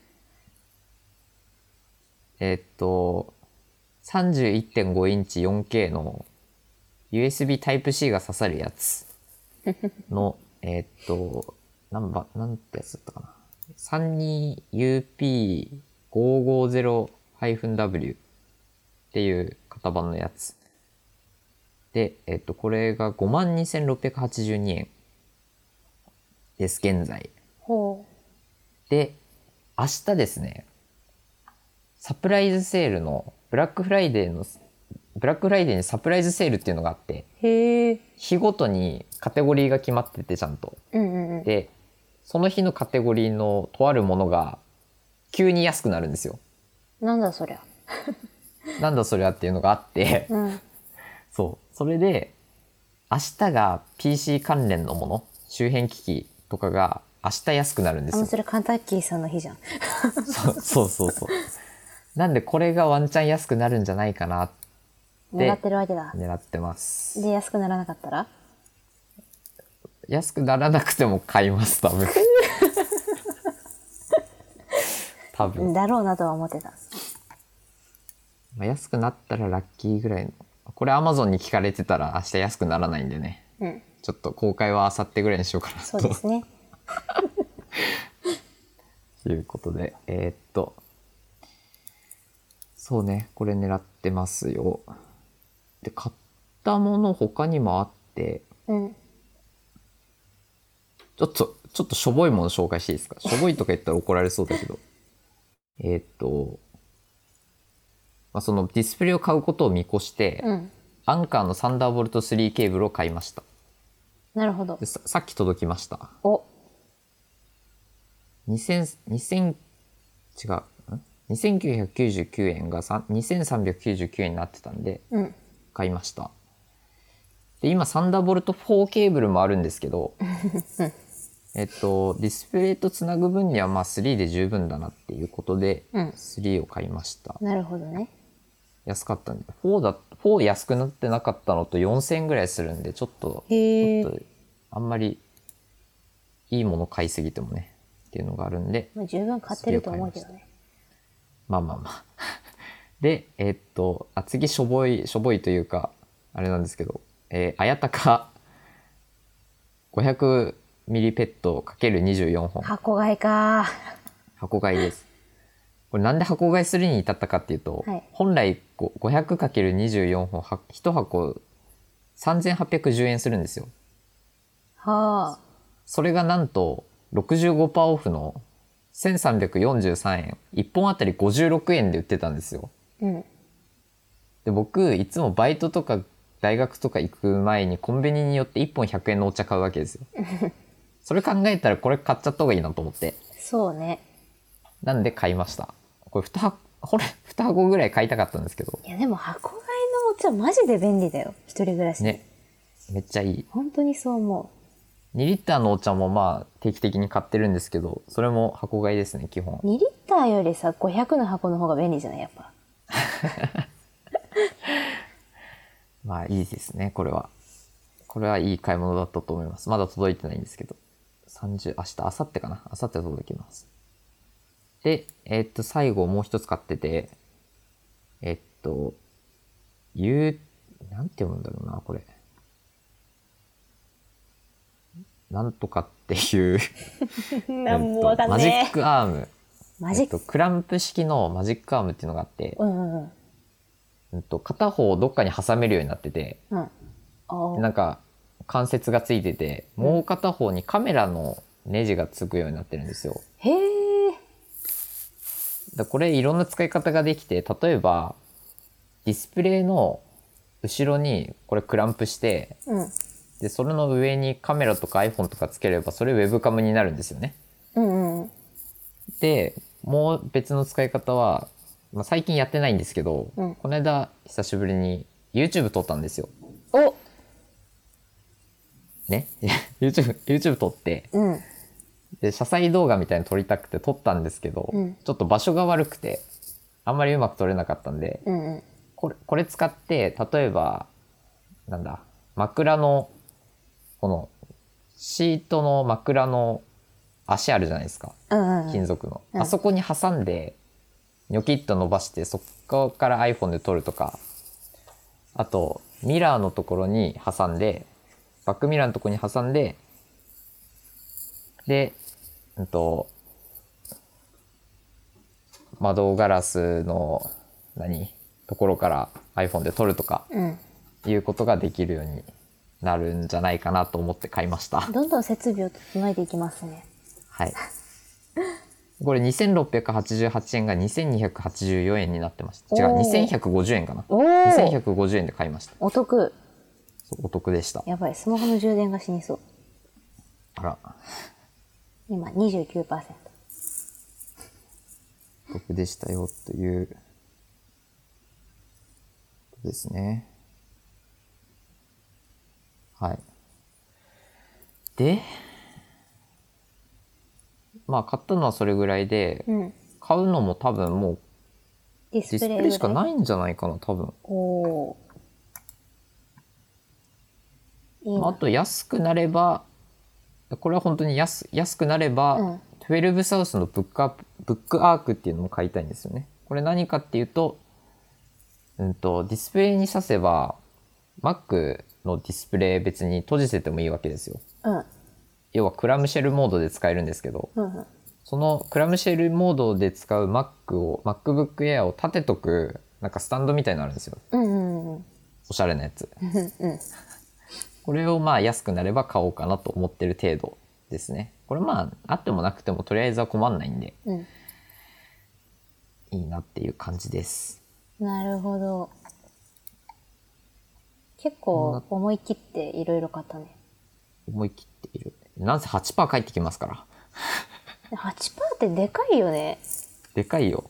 。31.5 インチ 4K の USB Type-C が刺さるやつの、なんてやつだったかな。32UP550-W っていう型番のやつ。で、これが 52,682 円です、現在。 ほう。 で、明日ですね、サプライズセールの、ブラックフライデーにサプライズセールっていうのがあって、 へえ。 日ごとにカテゴリーが決まっててちゃんと。で、その日のカテゴリーのとあるものが急に安くなるんですよ。 なんだそりゃ。 なんだそりゃっていうのがあって、そう。それで、明日が PC 関連のもの、周辺機器とかが明日安くなるんですよ。 それカンタッキーさんの日じゃん。 そう。なんでこれがワンチャン安くなるんじゃないかなって。 狙ってるわけだ。 狙ってます。 で、安くならなかったら？ 安くならなくても買います、多分。多分。 だろうなとは思ってた。 まあ、安くなったらラッキーぐらいの。これ Amazon に聞かれてたら明日安くならないんでね。ちょっと公開は明後日ぐらいにしようかなと。 そうですね。 ということで、そうね、これ狙ってますよ。で、買ったもの他にもあって、ちょっとしょぼいもの紹介していいですか？しょぼいとか言ったら怒られそうだけど。まあ、そのディスプレイを買うことを見越して、アンカーのサンダーボルト3ケーブルを買いました。 なるほど。 さっき届きました。 お。 2999円が2399円になってたんで、買いました。で、今サンダーボルト4ケーブルもあるんですけど、ディスプレイとつなぐ分にはまあ3で十分だなっていうことで、3を買いました。 なるほどね。 安かったんで、4安くなってなかったのと4000円ぐらいするんで、ちょっとあんまりいいもの買いすぎてもねっていうのがあるんで、 まあ、十分買ってると思うけどね。 まあで、次しょぼいというかあれなんですけど、あやたか500ミリペット ×24 本箱買いか。 箱買いです。これなんで箱買いするに至ったかっていうと、本来 500×24 本1箱3810円するんですよ。 はあ。 それがなんと 65% オフの1343円。1本あたり56円で売ってたんですよ。で、僕、いつもバイトとか大学とか行く前にコンビニによって1本100円のお茶買うわけですよ。それ考えたらこれ買っちゃった方がいいなと思って。 そうね。 なんで買いました。これ2箱ぐらい買いたかったんですけど。 いやでも箱買いのお茶マジで便利だよ。一人暮らしね。めっちゃいい。 本当にそう思う。2リッターのお茶もまあ定期的に買ってるんですけど、それも箱買いですね、基本。 2リッターよりさ、500の箱の方が便利じゃないやっぱ。 まあいいですね、これは。これはいい買い物だったと思います。まだ届いてないんですけど。明日、明後日かな。明後日届きます。で、最後もう一つ買ってて、なんて読むんだろうな、これ。なんとかっていうなんもわかんねえ。 マジックアーム。クランプ式のマジックアームっていうのがあって、片方をどっかに挟めるようになってて、なんか関節がついてて、もう片方にカメラのネジがつくようになってるんですよ。 へえ。 これいろんな使い方ができて、例えばディスプレイの後ろにこれクランプして、でそれの上にカメラとか iPhone とかつければそれウェブカムになるんですよね。でもう別の使い方は、まあ、最近やってないんですけど、この間久しぶりに YouTube 撮ったんですよ。ねYouTube 撮って、で車載動画みたいに撮りたくて撮ったんですけど、ちょっと場所が悪くてあんまりうまく撮れなかったんで、 これ使って、例えば、なんだ、枕の、この、シートの枕の足あるじゃないですか。金属の。あそこに挟んで、ニョキッと伸ばして、そこから iPhone で撮るとか、あと、ミラーのところに挟んで、バックミラーのところに挟んで、で、窓ガラスの、ところから iPhone で撮るとか、いうことができるようになるんじゃないかなと思って買いました。 どんどん設備を整えていきますね。 はい。これ2688円が2284円になってました。違う、2150円かな。2150円で買いました。 お得。 お得でした。 やばい、スマホの充電が死にそう。 あら。 今 29%。 お得でしたよということですね。はい。で、まあ買ったのはそれぐらいで、買うのも多分もうディスプレイしかないんじゃないかな、多分。あと安くなれば、これは本当に安くなれば、12サウスのブックアークっていうのも買いたいんですよね。これ何かっていうと、ディスプレイに挿せば Mac のディスプレイ別に閉じててもいいわけですよ。要はクラムシェルモードで使えるんですけど、そのクラムシェルモードで使う MacBook Air を立てとくなんかスタンドみたいなのあるんですよ。おしゃれなやつ。これをまあ安くなれば買おうかなと思ってる程度ですね。これまああってもなくてもとりあえずは困んないんで、いいなっていう感じです。 なるほど。結構思い切っていろいろ買ったね。 思い切っている。なんせ 8% 返ってきますから。 8% ってでかいよね。 でかいよ。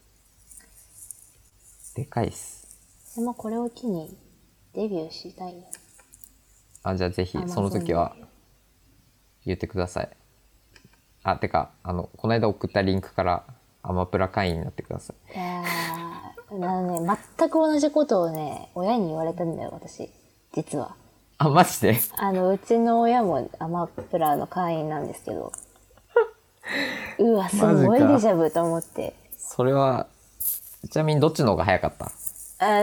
でかいっす。 でもこれを機にデビューしたいね。 じゃあぜひその時は言ってください。てかこの間送ったリンクからアマプラ会員になってください。 いやー、全く同じことをね、親に言われたんだよ、私。実は。 マジで？ うちの親もアマプラの会員なんですけど。うわ、すごいデジャブと思って。 それは、ちなみにどっちの方が早かった？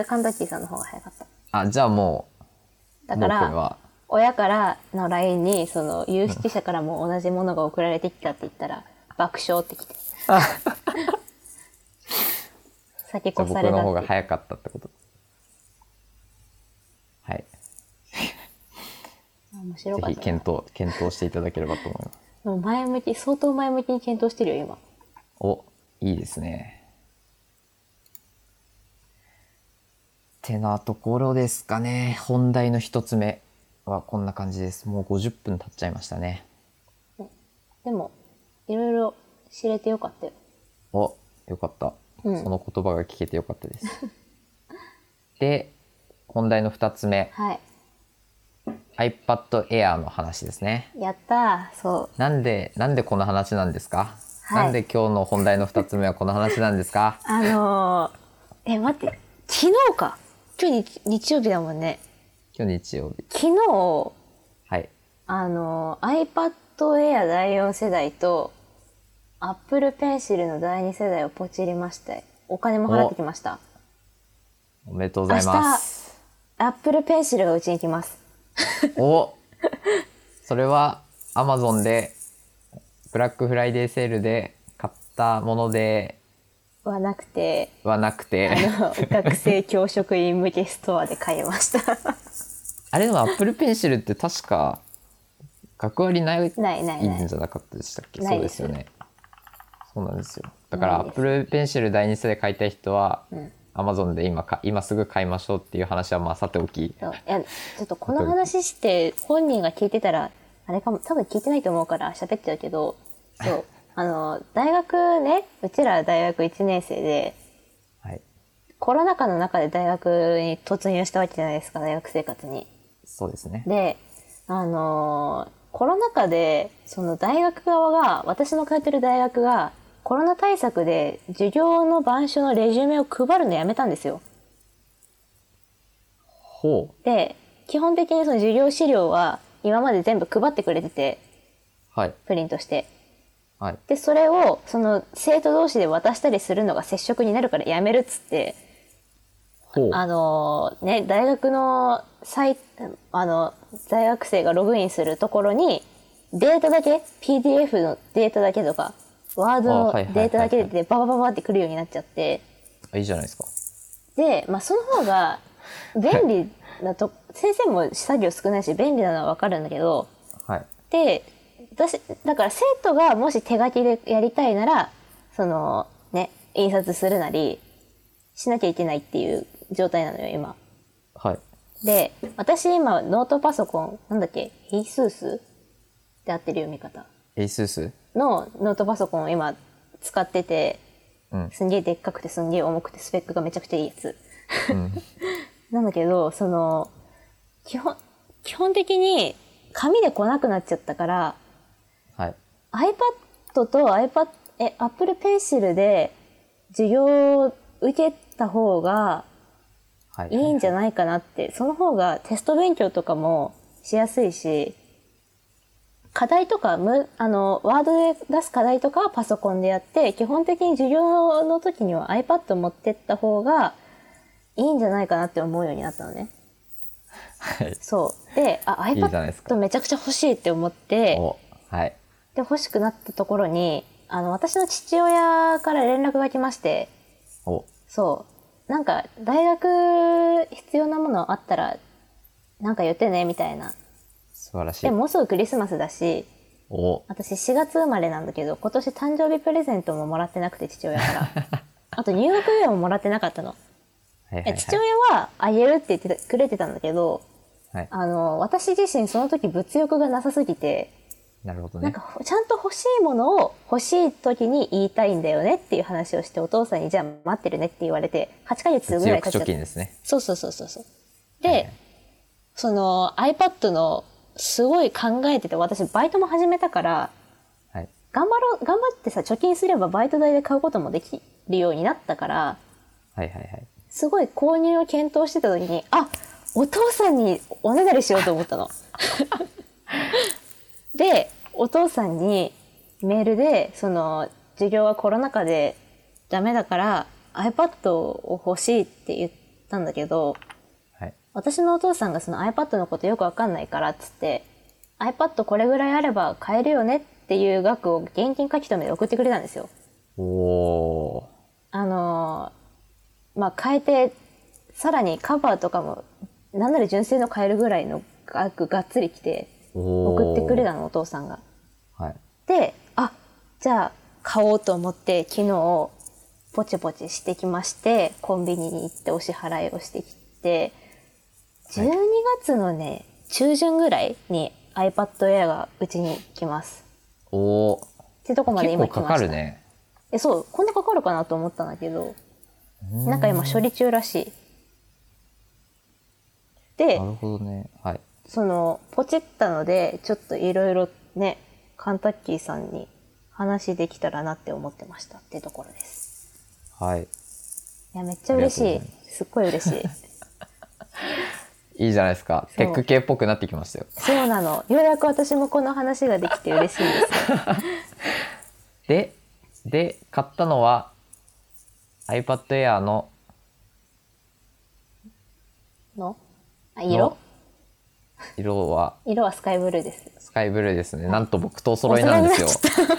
カンタッキーさんの方が早かった。 じゃあもう、 だから、親からの LINE に、有識者からも同じものが送られてきたって言ったら、爆笑ってきて。先越されたって。 僕の方が早かったってこと。はい。 面白かった。 ぜひ検討していただければと思います。 もう相当前向きに検討してるよ、今。 いいですね。てなところですかね。本題の一つ目はこんな感じです。もう50分経っちゃいましたね。 でも、いろいろ知れてよかったよ。 よかった。その言葉が聞けてよかったです。で、本題の2つ目。 はい。 iPad Air の話ですね。 やったー、そう。 なんでこの話なんですか？なんで今日の本題の2つ目はこの話なんですか？ 待って、昨日か。今日日曜日だもんね。 今日日曜日。 昨日、 はい。 iPad Air 第4世代と Apple Pencil の第2世代をポチりまして、お金も払ってきました。 おめでとうございます。 明日、Apple Pencil がうちに来ます。 それは Amazon でブラックフライデーセールで買ったものではなくて学生教職員向けストアで買いました。 あれでも Apple Pencil って確か学割ないんじゃなかったでしたっけ？そうですよね。そうなんですよ。だから Apple Pencil 第2世代買いたい人は、Amazon で今すぐ買いましょうっていう話はまあさておき。 ちょっとこの話して本人が聞いてたらあれかも、多分聞いてないと思うから喋っちゃうけど、そう大学ね、うちら大学1年生で、コロナ禍の中で大学に突入したわけじゃないですか、大学生活に。 そうですね。 で、コロナ禍で大学側が、私の通ってる大学がコロナ対策で授業の板書のレジュメを配るのやめたんですよ。 ほう。 で、基本的にその授業資料は今まで全部配ってくれてて、 はい。 プリントして。 はい。 で、それをその生徒同士で渡したりするのが接触になるからやめるっつって、 ほう。 大学の大学生がログインするところに、データだけ、PDF のデータだけとか、ワードのデータだけでババババってくるようになっちゃって。 いいじゃないですか。 で、まあその方が便利だと、先生も作業少ないし便利なのはわかるんだけど、 はい。 で、だから生徒がもし手書きでやりたいなら、印刷するなりしなきゃいけないっていう状態なのよ、今。 はい。 で、私今ノートパソコン、なんだっけ、ASUS って合ってる読み方。 ASUS？ のノートパソコンを今使ってて、 うん、 すんげえでっかくてすんげえ重くてスペックがめちゃくちゃいいやつ。 うん、 なんだけど、基本的に紙で来なくなっちゃったから、 はい。 iPad とApple Pencil で授業を受けた方がいいんじゃないかなって、その方がテスト勉強とかもしやすいし、課題とかワードで出す課題とかはパソコンでやって、基本的に授業の時には iPad 持ってった方がいいんじゃないかなって思うようになったのね。 はい。 そう。で、iPad めちゃくちゃ欲しいって思って、 はい。 で、欲しくなったところに、私の父親から連絡が来まして、そう。なんか、大学必要なものあったら、なんか言ってね、みたいな。 素晴らしい。 でもうすぐクリスマスだし、私4月生まれなんだけど、今年誕生日プレゼントももらってなくて、父親から。あと入学祝いももらってなかったの。父親はあげるって言ってくれてたんだけど、はい、私自身その時物欲がなさすぎて、 なるほどね。 なんかちゃんと欲しいものを欲しい時に言いたいんだよねっていう話をして、お父さんにじゃあ待ってるねって言われて、8ヶ月ぐらい経っちゃった。 物欲貯金ですね。 そう。で、はい、その iPad のすごい考えてて、私バイトも始めたから、はい、頑張ってさ、貯金すればバイト代で買うこともできるようになったから、すごい購入を検討してた時に、お父さんにおねだりしようと思ったの。で、お父さんにメールで、授業はコロナ禍でダメだから iPad を欲しいって言ったんだけど、はい、私のお父さんがその iPad のことよくわかんないからっつって、iPad これぐらいあれば買えるよねっていう額を現金書き留めで送ってくれたんですよ。変えて、さらにカバーとかも、なんなら純正の買えるぐらいの額がっつり来て、送ってくれたの、お父さんが。はい、で、じゃあ買おうと思って昨日ポチポチしてきまして、コンビニに行ってお支払いをしてきて、12月のね、中旬ぐらいに iPad Air がうちに来ます。ってとこまで今来ました。結構かかるね。そう、こんなかかるかなと思ったんだけど、なんか今処理中らしい。で、 なるほどね。はい。 ポチったので、ちょっといろいろね、カンタッキーさんに話できたらなって思ってましたってところです。 はい。 いや、めっちゃ嬉しい。すっごい嬉しい。いいじゃないですか。テック系っぽくなってきましたよ。 そうなの。ようやく私もこの話ができて嬉しいです。で、買ったのは iPad Air の色はスカイブルーです。 スカイブルーですね。なんと僕とお揃いなんですよ。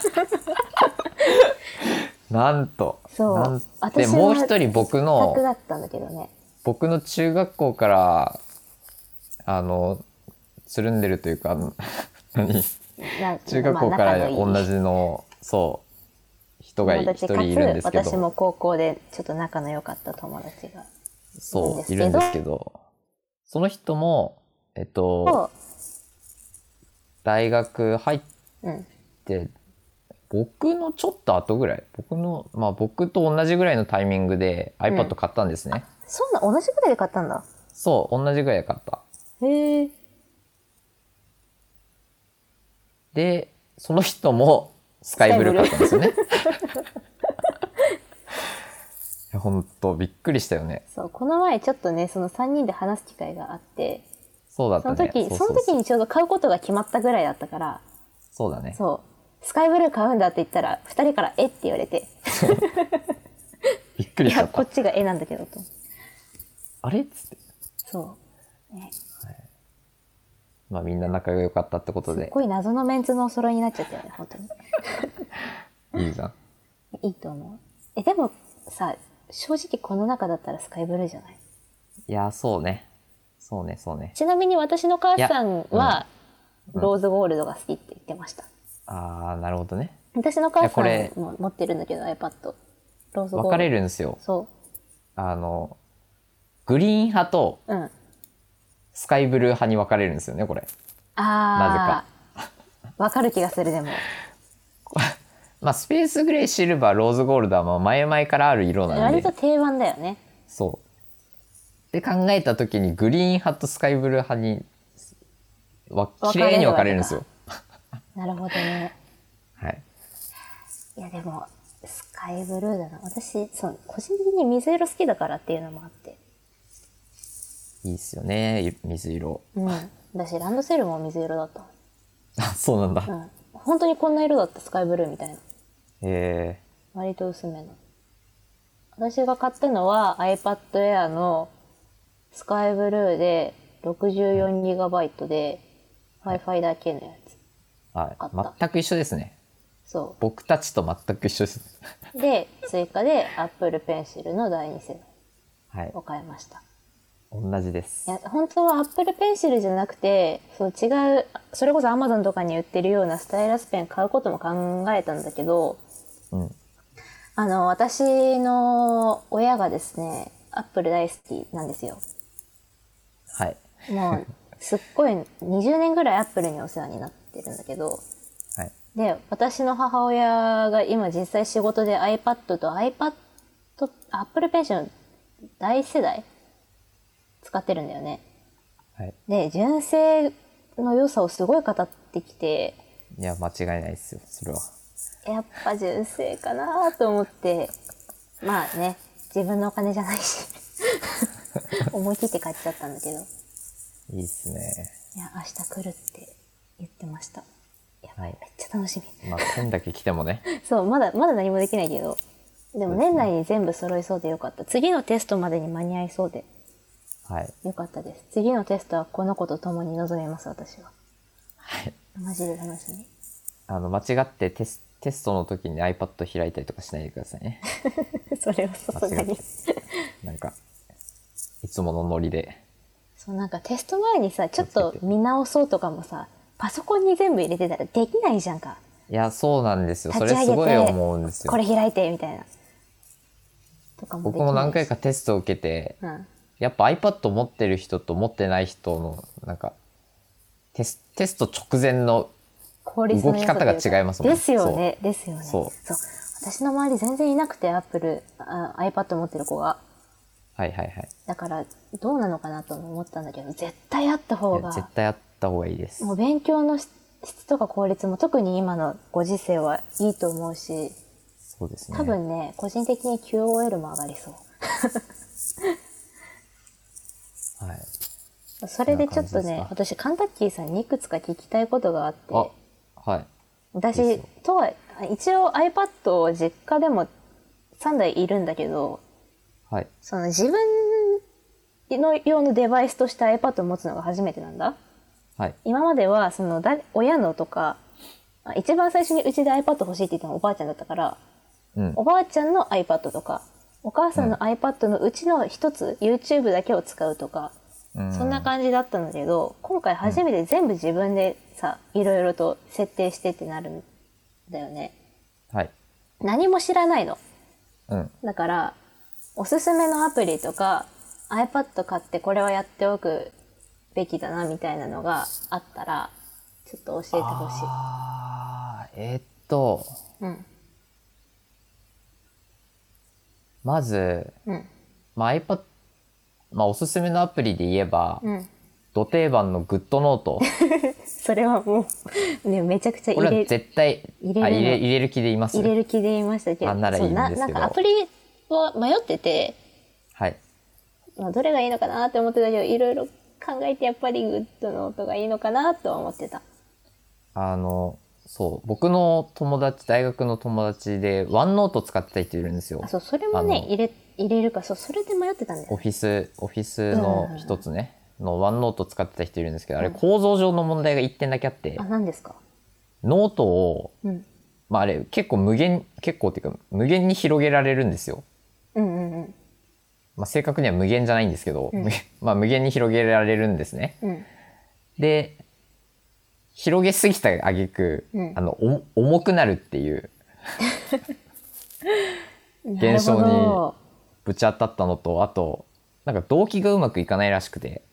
なんと。 そう。 で、もう一人僕の中学校からつるんでるというか中学校から同じの人が一人いるんですけど、 私も高校でちょっと仲の良かった友達がいるんですけど、その人も大学入って、僕のちょっと後ぐらい、僕と同じぐらいのタイミングで iPad 買ったんですね。 そんな同じぐらいで買ったんだ。 そう、同じぐらいで買った。 へえ。 で、その人もスカイブルー買ったんですよね。 やほんとびっくりしたよね。 そう、この前ちょっとね、その3人で話す機会があって、 そうだったね。 その時にちょうど買うことが決まったぐらいだったから、 そうだね。 そう、スカイブルー買うんだって言ったら、2人からえって言われて。 びっくりしちゃいや、 った。 こっちがえなんだけどと。 あれっつって。 そう。ね、 まあみんな仲良かったってことで。 すっごい謎のメンツのお揃いになっちゃったよね、本当に。いいじゃん。 いいと思う。でもさ、正直この中だったらスカイブルーじゃない？ いや、そうね。そうね、そうね。 ちなみに私の母さんは、ローズゴールドが好きって言ってました。 ああ、なるほどね。 私の母さんも持ってるんだけど、iPad。ローズゴールド。 分かれるんですよ。 そう。 グリーン派と、スカイブルー派に分かれるんですよね、これ。なぜか。分かる気がする、でも。 まあ、スペースグレー、シルバー、ローズゴールドはまあ前々からある色なんで。 割と定番だよね。 そう。で考えた時にグリーン派とスカイブルー派に綺麗に分かれるんですよ。 なるほどね。 はい。 いやでもスカイブルーだな。私個人的に水色好きだからっていうのもあって。 いいっすよね、水色。 私ランドセルも水色だった。 あ、そうなんだ。 本当にこんな色だった、スカイブルーみたいな。 へえ。 割と薄めの。私が買ったのは iPad Air のスカイブルーで 64GB で Wi-Fi だけのやつ。 はい。全く一緒ですね。 そう。 僕たちと全く一緒です。 で、追加で Apple Pencil の第2世代を買いました。 同じです。 いや、本当は Apple Pencil じゃなくて、違う、それこそ Amazon とかに売ってるようなスタイラスペン買うことも考えたんだけど、私の親がですね、Apple 大好きなんですよ。 はい。 もう、すっごい20年ぐらい Apple にお世話になってるんだけど、 はい。 で、私の母親が今実際仕事で iPad と Apple Pencil の第一世代使ってるんだよね。 はい。 で、純正の良さをすごい語ってきて。 いや、間違いないですよ、それは。 やっぱ純正かなと思って、まあね、自分のお金じゃないし、思い切って買っちゃったんだけど。 いいっすね。 いや、明日来るって言ってました。やばい、めっちゃ楽しみ。 まあ、剣だけ来てもね。 そう、まだ何もできないけど、でも年内に全部揃いそうでよかった。次のテストまでに間に合いそうで。 はい。 よかったです。次のテストはこの子と共に臨めます、私は。 はい。 マジで楽しみ。 間違ってテストの時に iPad 開いたりとかしないでくださいね。 それはさすがに。 なんか、いつものノリで。 そう、なんかテスト前にさ、ちょっと見直そうとかもさ、パソコンに全部入れてたらできないじゃんか。 いや、そうなんですよ。それすごい思うんですよ。 これ開いて、みたいな。とかもできないし。 僕も何回かテストを受けて、やっぱ iPad 持ってる人と持ってない人の、なんか、テスト直前の動き方が違いますもんね。 ですよね。ですよね。 そう。 私の周り全然いなくて、iPad 持ってる子が。 はいはいはい。 だから、どうなのかなと思ったんだけど、絶対あった方が。 絶対あった方がいいです。 もう勉強の質とか効率も特に今のご時世はいいと思うし、 そうですね。 多分ね、個人的に QOL も上がりそう。 はい。 それでちょっとね、私カンタッキーさんにいくつか聞きたいことがあって、 はい。 私とは一応 iPad を実家でも3台いるんだけど、 はい。 その自分の用のデバイスとして iPad を持つのが初めてなんだ。 はい。 今まではその親のとか、一番最初にうちで iPad 欲しいって言ったのはおばあちゃんだったから、おばあちゃんの iPad とか、お母さんの iPad のうちの一つ YouTube だけを使うとか、そんな感じだったんだけど、今回初めて全部自分でさ、いろいろと設定してってなるんだよね。 はい。 何も知らないの。だから、おすすめのアプリとか、iPad 買ってこれはやっておくべきだなみたいなのがあったら、ちょっと教えてほしい。 まず、iPad、おすすめのアプリで言えば、ド定番のグッドノート。 それはもう、ね、めちゃくちゃこれは絶対入れる気でいます。 入れる気でいましたけど。 ならいいんですけど。 なんかアプリは迷ってて、 はい。 まあ、どれがいいのかなって思ってたけど、いろいろ考えてやっぱりグッドノートがいいのかなとは思ってた。 そう、僕の友達、大学の友達で、ワンノート使ってた人いるんですよ。 あ、そう、それもね、入れるか、そう、それで迷ってたんだよ。 オフィスの一つね、のワンノート使ってた人いるんですけど、あれ構造上の問題が1点だけあって、 あ、何ですか？ ノートを、まああれ結構結構っていうか無限に広げられるんですよ。まあ正確には無限じゃないんですけど、まあ無限に広げられるんですね。で、広げすぎた挙句、重くなるっていう現象にぶち当たったのと、あと、なんか動機がうまくいかないらしくて。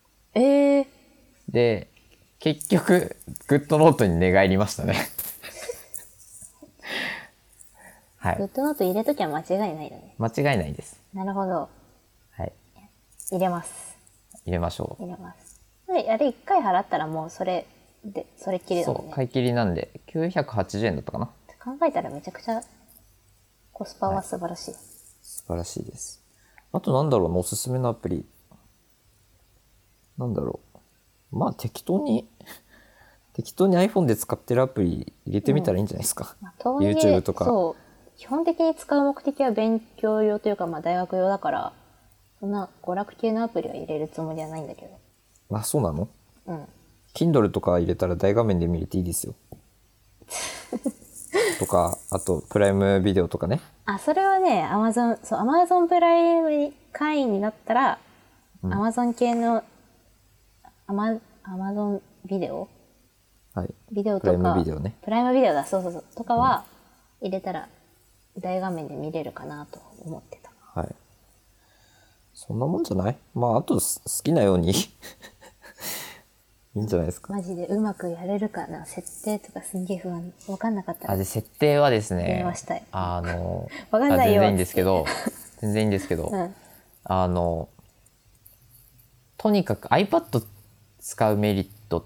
で、結局、グッドノートに寝返りましたね。はい。 グッドノート入れときは間違いないよね。 間違いないです。 なるほど。 はい。 入れます。 入れましょう。 入れます。あれ1回払ったらもうそれで、それっきりだもんね。 そう、買い切りなんで、980円だったかな。 考えたらめちゃくちゃコスパは素晴らしい。 素晴らしいです。あとなんだろうな、おすすめのアプリ。なんだろう。まあ適当に iPhone で使ってるアプリ入れてみたらいいんじゃないですか。YouTube とか。 そう。基本的に使う目的は勉強用というか、まあ大学用だから、そんな娯楽系のアプリは入れるつもりはないんだけど。 あ、そうなの？ うん。 Kindle とか入れたら大画面で見れていいですよ。とか、あとプライムビデオとかね。 あ、それはね、Amazon プライム会員になったら、Amazon 系の、Amazon ビデオはい。 ビデオとか、 プライムビデオね。 プライムビデオだ、そうそうそう。とかは、入れたら、大画面で見れるかなと思ってた。 はい。そんなもんじゃない？まあ、あと好きなようにいいんじゃないですか。 マジでうまくやれるかな。設定とかすんげえ不安。わかんなかったら。 で、設定はですね、 電話したい。 わかんないよ。 全然いいんですけど、全然いいんですけど、とにかく iPad 使うメリットって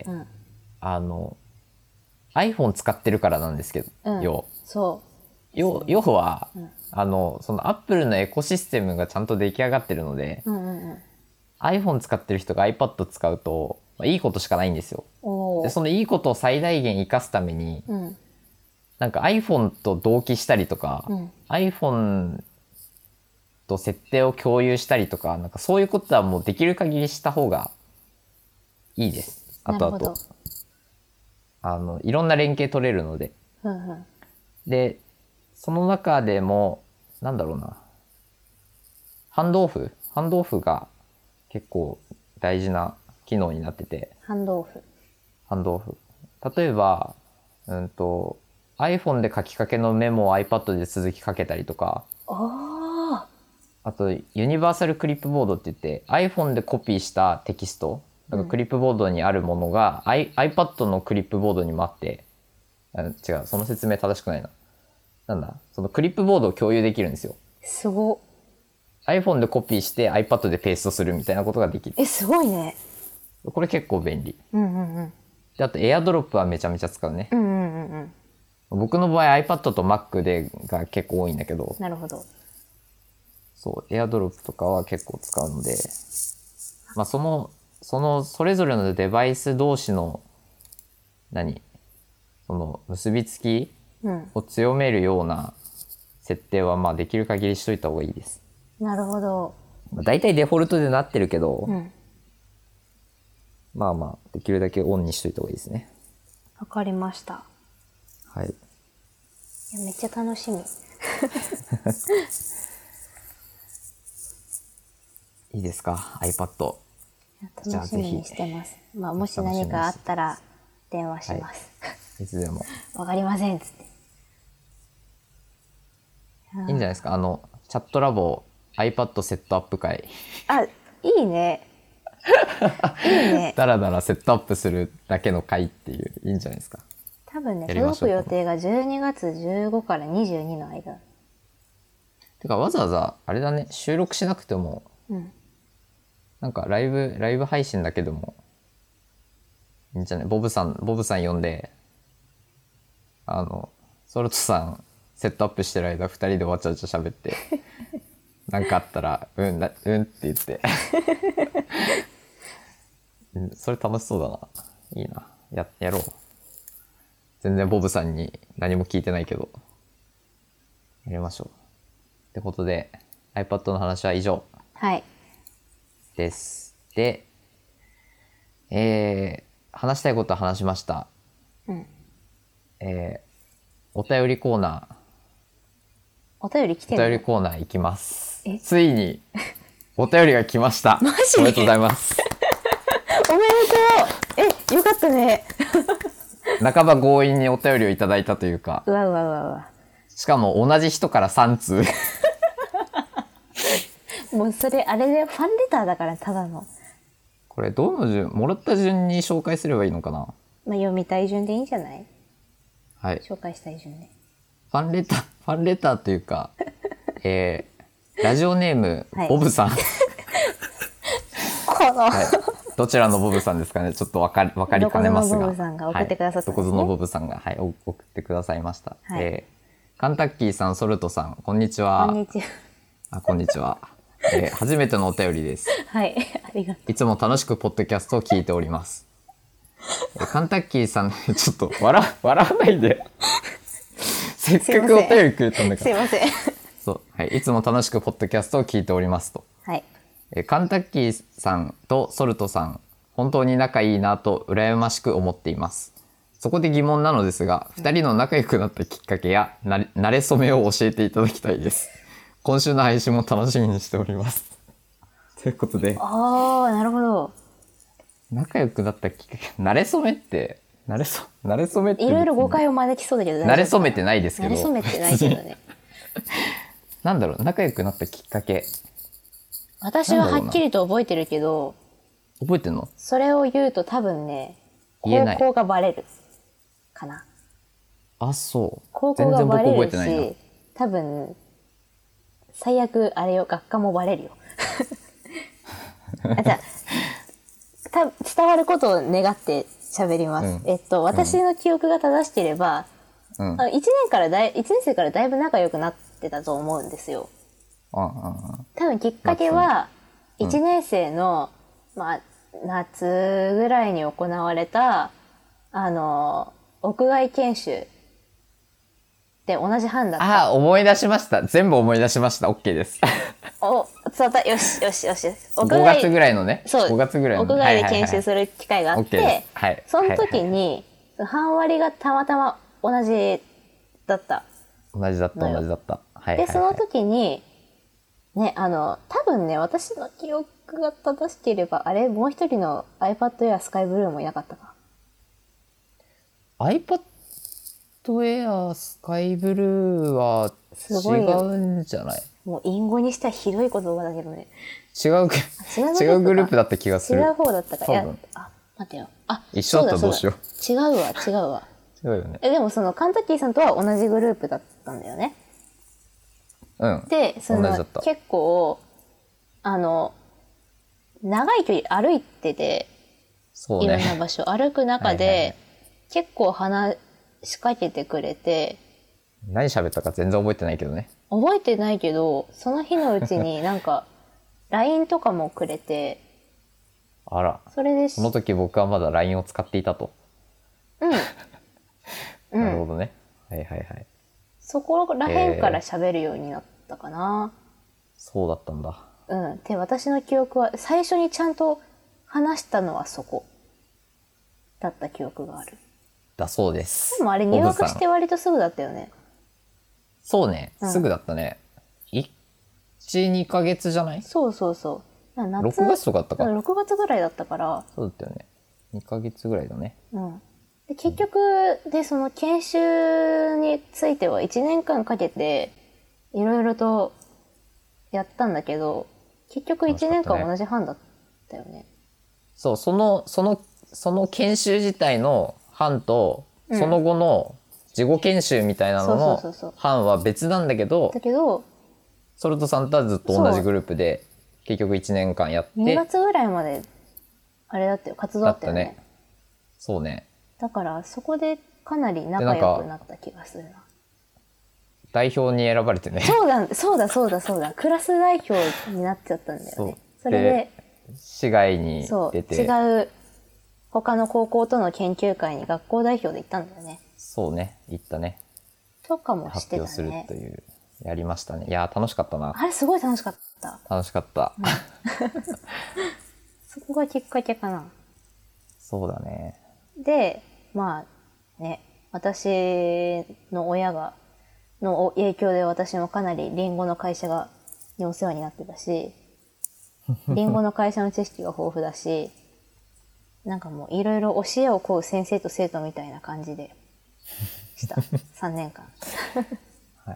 、iPhone 使ってるからなんですけど、要は、その Apple のエコシステムがちゃんと出来上がってるので、iPhone 使ってる人が iPad 使うと、いいことしかないんですよ。で、そのいいことを最大限活かすために、なんか iPhone と同期したりとか、iPhone と設定を共有したりとか、なんかそういうことはもうできる限りした方がいいです。あと、いろんな連携取れるので。で、その中でも、なんだろうな。ハンドオフが結構大事な機能になってて。 ハンドオフ。 例えば、iPhone で書きかけのメモを iPad で続きかけたりとか。あと、ユニバーサルクリップボードって言って、iPhone でコピーしたテキスト、だからクリップボードにあるものが、iPad のクリップボードにもあって、違う、その説明正しくないな。なんだ、そのクリップボードを共有できるんですよ。 すご。 iPhone でコピーして iPad でペーストするみたいなことができる。 すごいね。 これ結構便利。で、あと AirDrop はめちゃめちゃ使うね。僕の場合 iPad と Mac が結構多いんだけど。 なるほど。 そう、AirDrop とかは結構使うので、まあそれぞれのデバイス同士の、その結びつきを強めるような設定はまあできる限りしといた方がいいです。 なるほど。 だいたいデフォルトでなってるけど、まあまあできるだけオンにしといた方がいいですね。 わかりました。 はい。いや、めっちゃ楽しみ。 いいですか iPad。 楽しみにしてます。まあもし何かあったら電話します。 いつでも。 わかりませんっつって。 いいんじゃないですかチャットラボ iPad セットアップ会。 あ、いいね。いいね。 だらだらセットアップするだけの会っていう、いいんじゃないですか。 多分ね、届く予定が12月15から22の間。 てかわざわざあれだね、収録しなくても、なんかライブ配信だけでもいいんじゃない？ボブさん呼んで、ソルトさんセットアップしてる間2人でわちゃわちゃ喋ってなんかあったらうんって言ってそれ楽しそうだな。いいな。やろう。全然ボブさんに何も聞いてないけどやりましょう。ってことで iPad の話は以上です。で、話したいことは話しました。お便りコーナー。 お便り来てるの？ お便りコーナー行きます。ついにお便りが来ました。 マジ？ おめでとうございます。 おめでとう。よかったね。 半ば強引にお便りをいただいたというか。 うわ。 しかも同じ人から3通。 もうそれあれでファンレターだからただの。 これどの順、もらった順に紹介すればいいのかな。 まあ読みたい順でいいんじゃない？ はい。 紹介したい順で。 ファンレターというか、ラジオネーム、ボブさん。はい。どちらのボブさんですかね。ちょっとわかりかねますが。 どこぞのボブさんが送ってくださったんですね。 どこぞのボブさんが、はい、送ってくださいました。 はい。 カンタッキーさん、ソルトさん、こんにちは。 こんにちは。 こんにちは。初めてのお便りです。 はい、ありがとう。 いつも楽しくポッドキャストを聞いております。カンタッキーさん、ちょっと笑わないで。せっかくお便りくれたんだから。 すいません。 そう、はい、いつも楽しくポッドキャストを聞いておりますと。 はい。 カンタッキーさんとソルトさん、本当に仲いいなと羨ましく思っています。そこで疑問なのですが、2人の仲良くなったきっかけや慣れ初めを教えていただきたいです。今週の配信も楽しみにしております。ということで。 ああ、なるほど。 仲良くなったきっかけ、慣れ初めって、慣れ初めって。 いろいろ誤解を招きそうだけど、 慣れ初めてないですけど。 慣れ初めてないけどね。 なんだろう、仲良くなったきっかけ。 私ははっきりと覚えてるけど、 覚えてんの？ それを言うと多分ね、高校がバレるかな。 あ、そう。 高校がバレる全然僕覚えてないな。 し、多分、最悪あれよ、学科もバレるよ。じゃあ、伝わることを願って喋ります。私の記憶が正しければ、1年生からだいぶ仲良くなってたと思うんですよ。多分きっかけは、1年生の、夏ぐらいに行われた、屋外研修で同じ班だった。 思い出しました。全部思い出しました。OK です。 伝わった。よし。 5月ぐらいのね。 そう。 5月ぐらいの。 屋外で研修する機会があって、その時に、半割がたまたま同じだった。 同じだった。 で、その時に、ね、多分ね、私の記憶が正しければ、もう一人の iPad Air Sky Blue もいなかったか。 iPad Air Sky Blue は違うんじゃない？ もう隠語にしてはひどい言葉だけどね。 違うグループだった気がする。 違う方だったか。待ってよ。 一緒だったらどうしよう。 違うわ。 違うよね。 でもそのカンタッキーさんとは同じグループだったんだよね。で、結構、長い距離歩いてて、いろんな場所歩く中で、結構話しかけてくれて、 何喋ったか全然覚えてないけどね。 覚えてないけど、その日のうちになんか、LINE とかもくれて、 あら。 それでその時僕はまだ LINE を使っていたと。なるほどね。はい。 そこら辺から喋るようになったかな。 そうだったんだ。 で、私の記憶は、最初にちゃんと話したのはそこ。だった記憶がある。 だそうです。 でもあれ入学して割とすぐだったよね。 そうね。すぐだったね。1、2ヶ月じゃない？ そう。 6月とかだったか。 6月ぐらいだったから。 そうだったよね。2ヶ月ぐらいだね。 で結局、その研修については1年間かけて、いろいろとやったんだけど、結局1年間同じ班だったよね。 そう、その研修自体の班と、その後の事後研修みたいなのの班は別なんだけど、ソルトさんとはずっと同じグループで、結局1年間やって。 2月ぐらいまで、あれだったよ、活動だったよね。 そうね。 だから、そこでかなり仲良くなった気がするな。 代表に選ばれてね。 そうだ。クラス代表になっちゃったんだよね。それで、 市外に出て。 違う、他の高校との研究会に学校代表で行ったんだよね。 そうね、行ったね。 とかもしてたね。 発表するという、やりましたね。いや、楽しかったな。 あれすごい楽しかった。 楽しかった。うん、 そこがきっかけかな。 そうだね。 で、まあね、私の親の影響で私もかなりリンゴの会社にお世話になってたし、リンゴの会社の知識が豊富だし、なんかもういろいろ教えを請う先生と生徒みたいな感じでした3年間。 はい。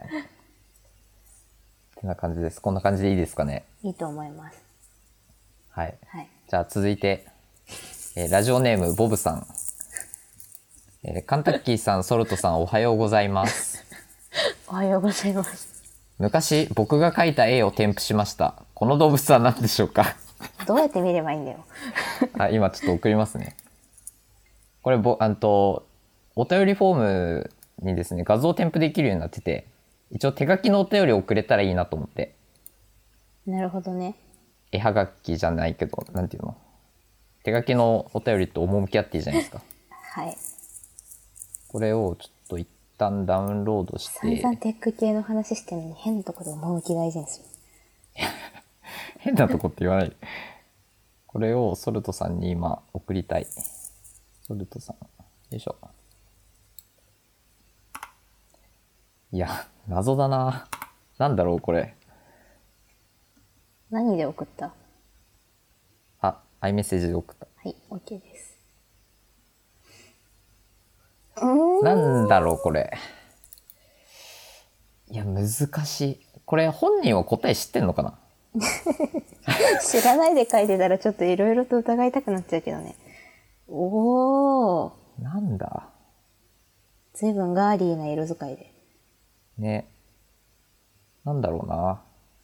こんな感じです。こんな感じでいいですかね。 いいと思います。 はい。はい、じゃあ続いて、ラジオネームボブさん。カンタッキーさん、ソルトさん、おはようございます。 おはようございます。 昔、僕が描いた絵を添付しました。この動物は何でしょうか？ どうやって見ればいいんだよ。 今ちょっと送りますね。これお便りフォームにですね、画像添付できるようになってて、一応手書きのお便りを送れたらいいなと思って。 なるほどね。 絵はがきじゃないけど、なんていうの？手書きのお便りと趣あっていいじゃないですか。 はい。 これをちょっと一旦ダウンロードして。 散々テック系の話してるのに変なとこで趣大事にする。 変なとこって言わない。これをソルトさんに今送りたい。ソルトさん。よいしょ。いや、謎だな。なんだろう、これ。 何で送った？ iMessage で送った。 はい、OK です。 なんだろう、これ。いや、難しい。これ、本人は答え知ってんのかな？ 知らないで書いてたらちょっといろいろと疑いたくなっちゃうけどね。おー。 なんだ。 随分ガーリーな色使いで。 ね。なんだろうな。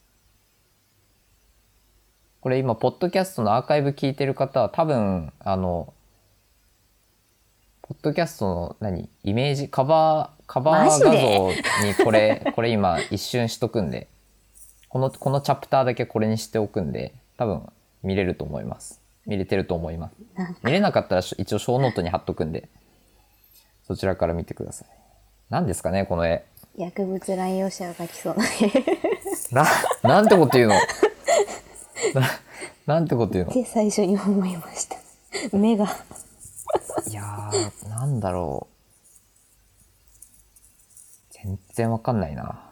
これ今、ポッドキャストのアーカイブ聞いてる方は多分、ポッドキャストのイメージ、カバー画像にこれ今一瞬しとくんで、このチャプターだけこれにしておくんで、多分見れると思います。見れてると思います。見れなかったら一応小ノートに貼っとくんで、そちらから見てください。何ですかね、この絵。 薬物乱用者が描きそうな絵。なんてこと言うのなんてこと言うのって最初に思いました。目が。 いやー、なんだろう。全然わかんないな。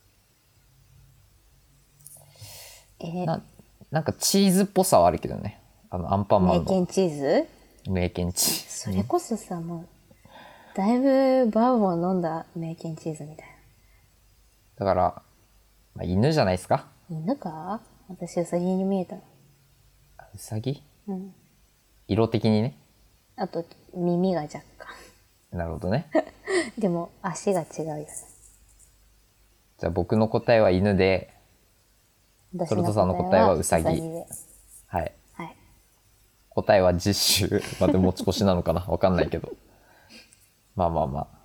なんかチーズっぽさはあるけどね。アンパンマンの。 名犬チーズ？ 名犬チーズ。 それこそさ、もう、だいぶバーボン飲んだ名犬チーズみたいな。だから、犬じゃないですか？ 犬か？私ウサギに見えたの。 ウサギ？ うん。 色的にね。 あと、耳が若干。 なるほどね。 でも、足が違うよね。 じゃあ僕の答えは犬で、ソルトさんの答えはウサギ。はい。はい。答えは次週まで持ち越しなのかな？わかんないけど。まあ。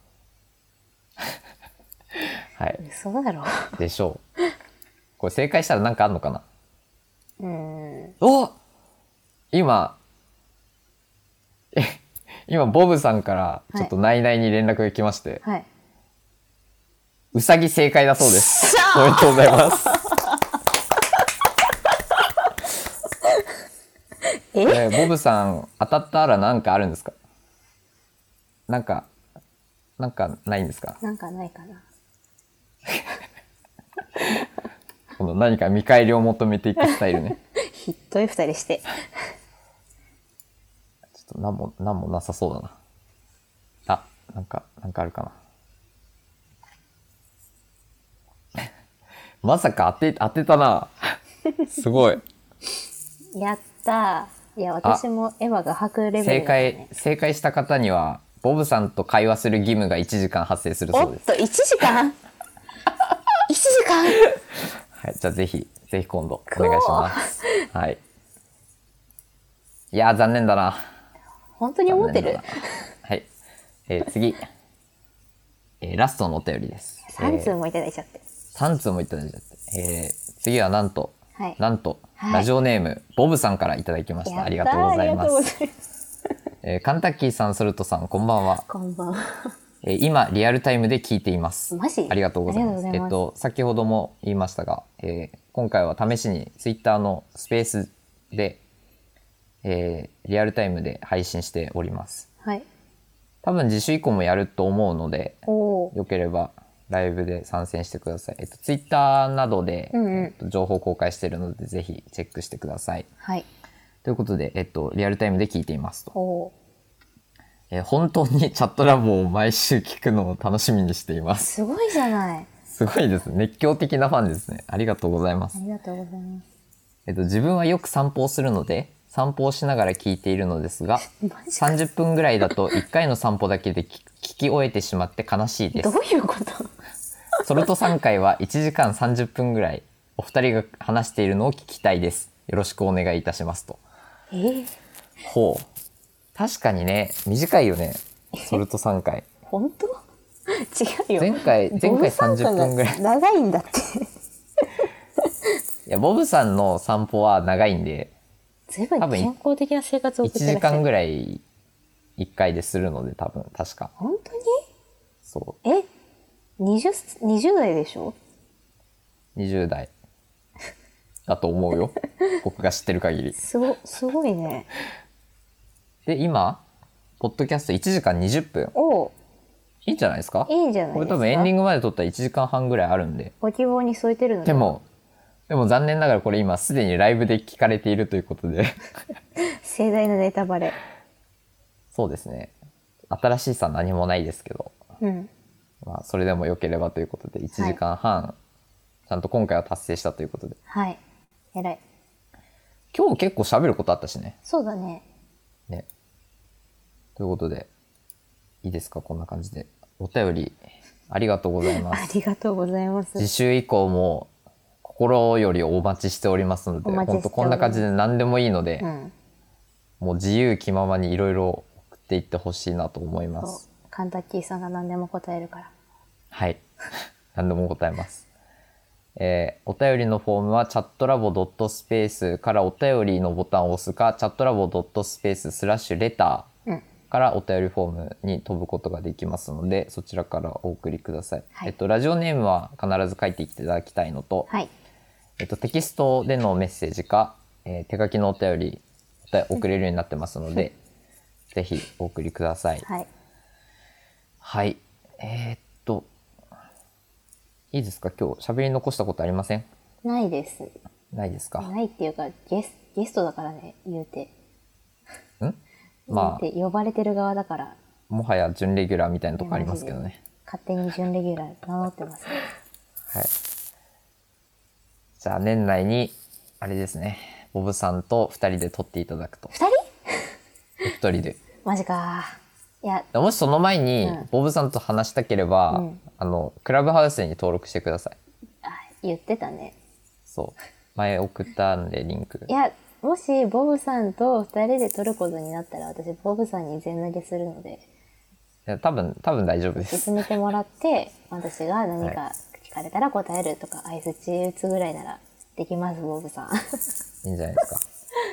はい。 嘘だろ。 でしょう。これ正解したらなんかあんのかな？お！今、ボブさんからちょっと内々に連絡が来まして。 はい。 うさぎ正解だそうです。おめでとうございます。ボブさん当たったらなんかあるんですか？なんかないんですか？ なんかないかな。 この何か見返りを求めていくスタイルね。 ひっどい二人して。 ちょっとなんもなさそうだな。なんかあるかな。まさか当てたな。すごい。 やったー。いや、私もエヴァが吐くレベルだね。 正解した方には、ボブさんと会話する義務が1時間発生するそうです。 おっと、1時間 ?1 時間はい、じゃあぜひ今度お願いします。はい。いやー、残念だな。 本当に思ってる？ はい。次。 ラストのお便りです。 3通もいただいちゃって。 3通もいただいちゃって。次はなんと、 はい、 ラジオネーム、ボブさんからいただきました。ありがとうございます。カンタッキーさん、ソルトさん、こんばんは。 こんばんは。 今、リアルタイムで聞いています。 マジ？ ありがとうございます。先ほども言いましたが、今回は試しにツイッターのスペースで、リアルタイムで配信しております。 はい。 多分次週以降もやると思うので、 よければライブで参戦してください。ツイッターなどで、情報公開しているので、ぜひチェックしてください。 はい。 ということで、リアルタイムで聞いていますと。本当にチャットラボを毎週聞くのを楽しみにしています。 すごいじゃない。 すごいです。熱狂的なファンですね。ありがとうございます。 ありがとうございます。 自分はよく散歩をするので、散歩をしながら聞いているのですが、30分ぐらいだと1回の散歩だけで聞き終えてしまって悲しいです。 どういうこと？ ソルト3回は1時間30分ぐらい、お二人が話しているのを聞きたいです。よろしくお願いいたしますと。ほう。確かにね、短いよね。ソルト3回。 本当？違うよ。 前回30分ぐらい。 長いんだって。 いや、ボブさんの散歩は長いんで、 随分健康的な生活を送ってらっしゃる。 1時間ぐらい1回でするので、多分、確か。 本当に？ そう。 20代でしょ？ 20代。だと思うよ。僕が知ってる限り。 すごいね。 で、今、ポッドキャスト1時間20分。いいんじゃないですか？ いいんじゃないですか？ これ多分エンディングまで撮ったら1時間半ぐらいあるんで。 ご希望に添えてるのでも残念ながらこれ今すでにライブで聞かれているということで。 盛大なネタバレ。 そうですね。新しいさ何もないですけど。まあ、それでも良ければということで、1時間半、ちゃんと今回は達成したということで。 はい。偉い。 今日結構喋ることあったしね。 そうだね。 ね。ということで、いいですか？こんな感じで。お便り、ありがとうございます。 ありがとうございます。 次週以降も、心よりお待ちしておりますので、本当こんな感じで何でもいいので、もう自由気ままにいろいろ送っていってほしいなと思います。 カンタッキーさんが何でも答えるから。 はい。何でも答えます。お便りのフォームはチャットラボ .space からお便りのボタンを押すか、チャットラボ .space/ レターからお便りフォームに飛ぶことができますので、そちらからお送りください。はい、ラジオネームは必ず書いていただきたいのと、はい、テキストでのメッセージか、手書きのお便り送れるようになってますので、ぜひお送りください。はい。はい。いいですか？今日喋り残したことありません？ ないです。 ないですか？ ないっていうか、ゲストだからね、言うて。 まあ、 呼ばれてる側だから。 もはや準レギュラーみたいなとこありますけどね。 勝手に準レギュラー名乗ってますね。 はい。じゃあ年内に、あれですね、ボブさんと2人で撮っていただくと。 2人？ 1人で。 マジか。いや、 もしその前に、ボブさんと話したければ、クラブハウスに登録してください。 言ってたね。 そう。前送ったんで、リンク。 いや、もしボブさんと2人で撮ることになったら、私ボブさんに全投げするので。 いや、多分大丈夫です。 進めてもらって、私が何か聞かれたら答えるとか、相づち打つぐらいならできます、ボブさん。 いいんじゃないですか。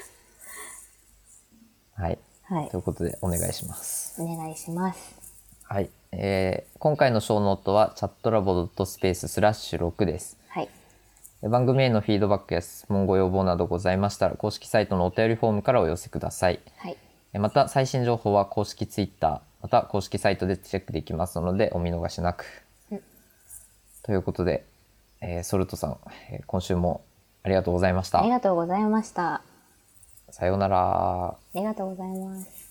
はい。 はい。 ということで、お願いします。 お願いします。 はい。今回のショーノートは、チャットラボ .space/6 です。はい。番組へのフィードバックや質問ご要望などございましたら、公式サイトのお便りフォームからお寄せください。はい。また、最新情報は公式ツイッター、また公式サイトでチェックできますので、お見逃しなく。ということで、ソルトさん、今週もありがとうございました。 ありがとうございました。 さようなら。 ありがとうございます。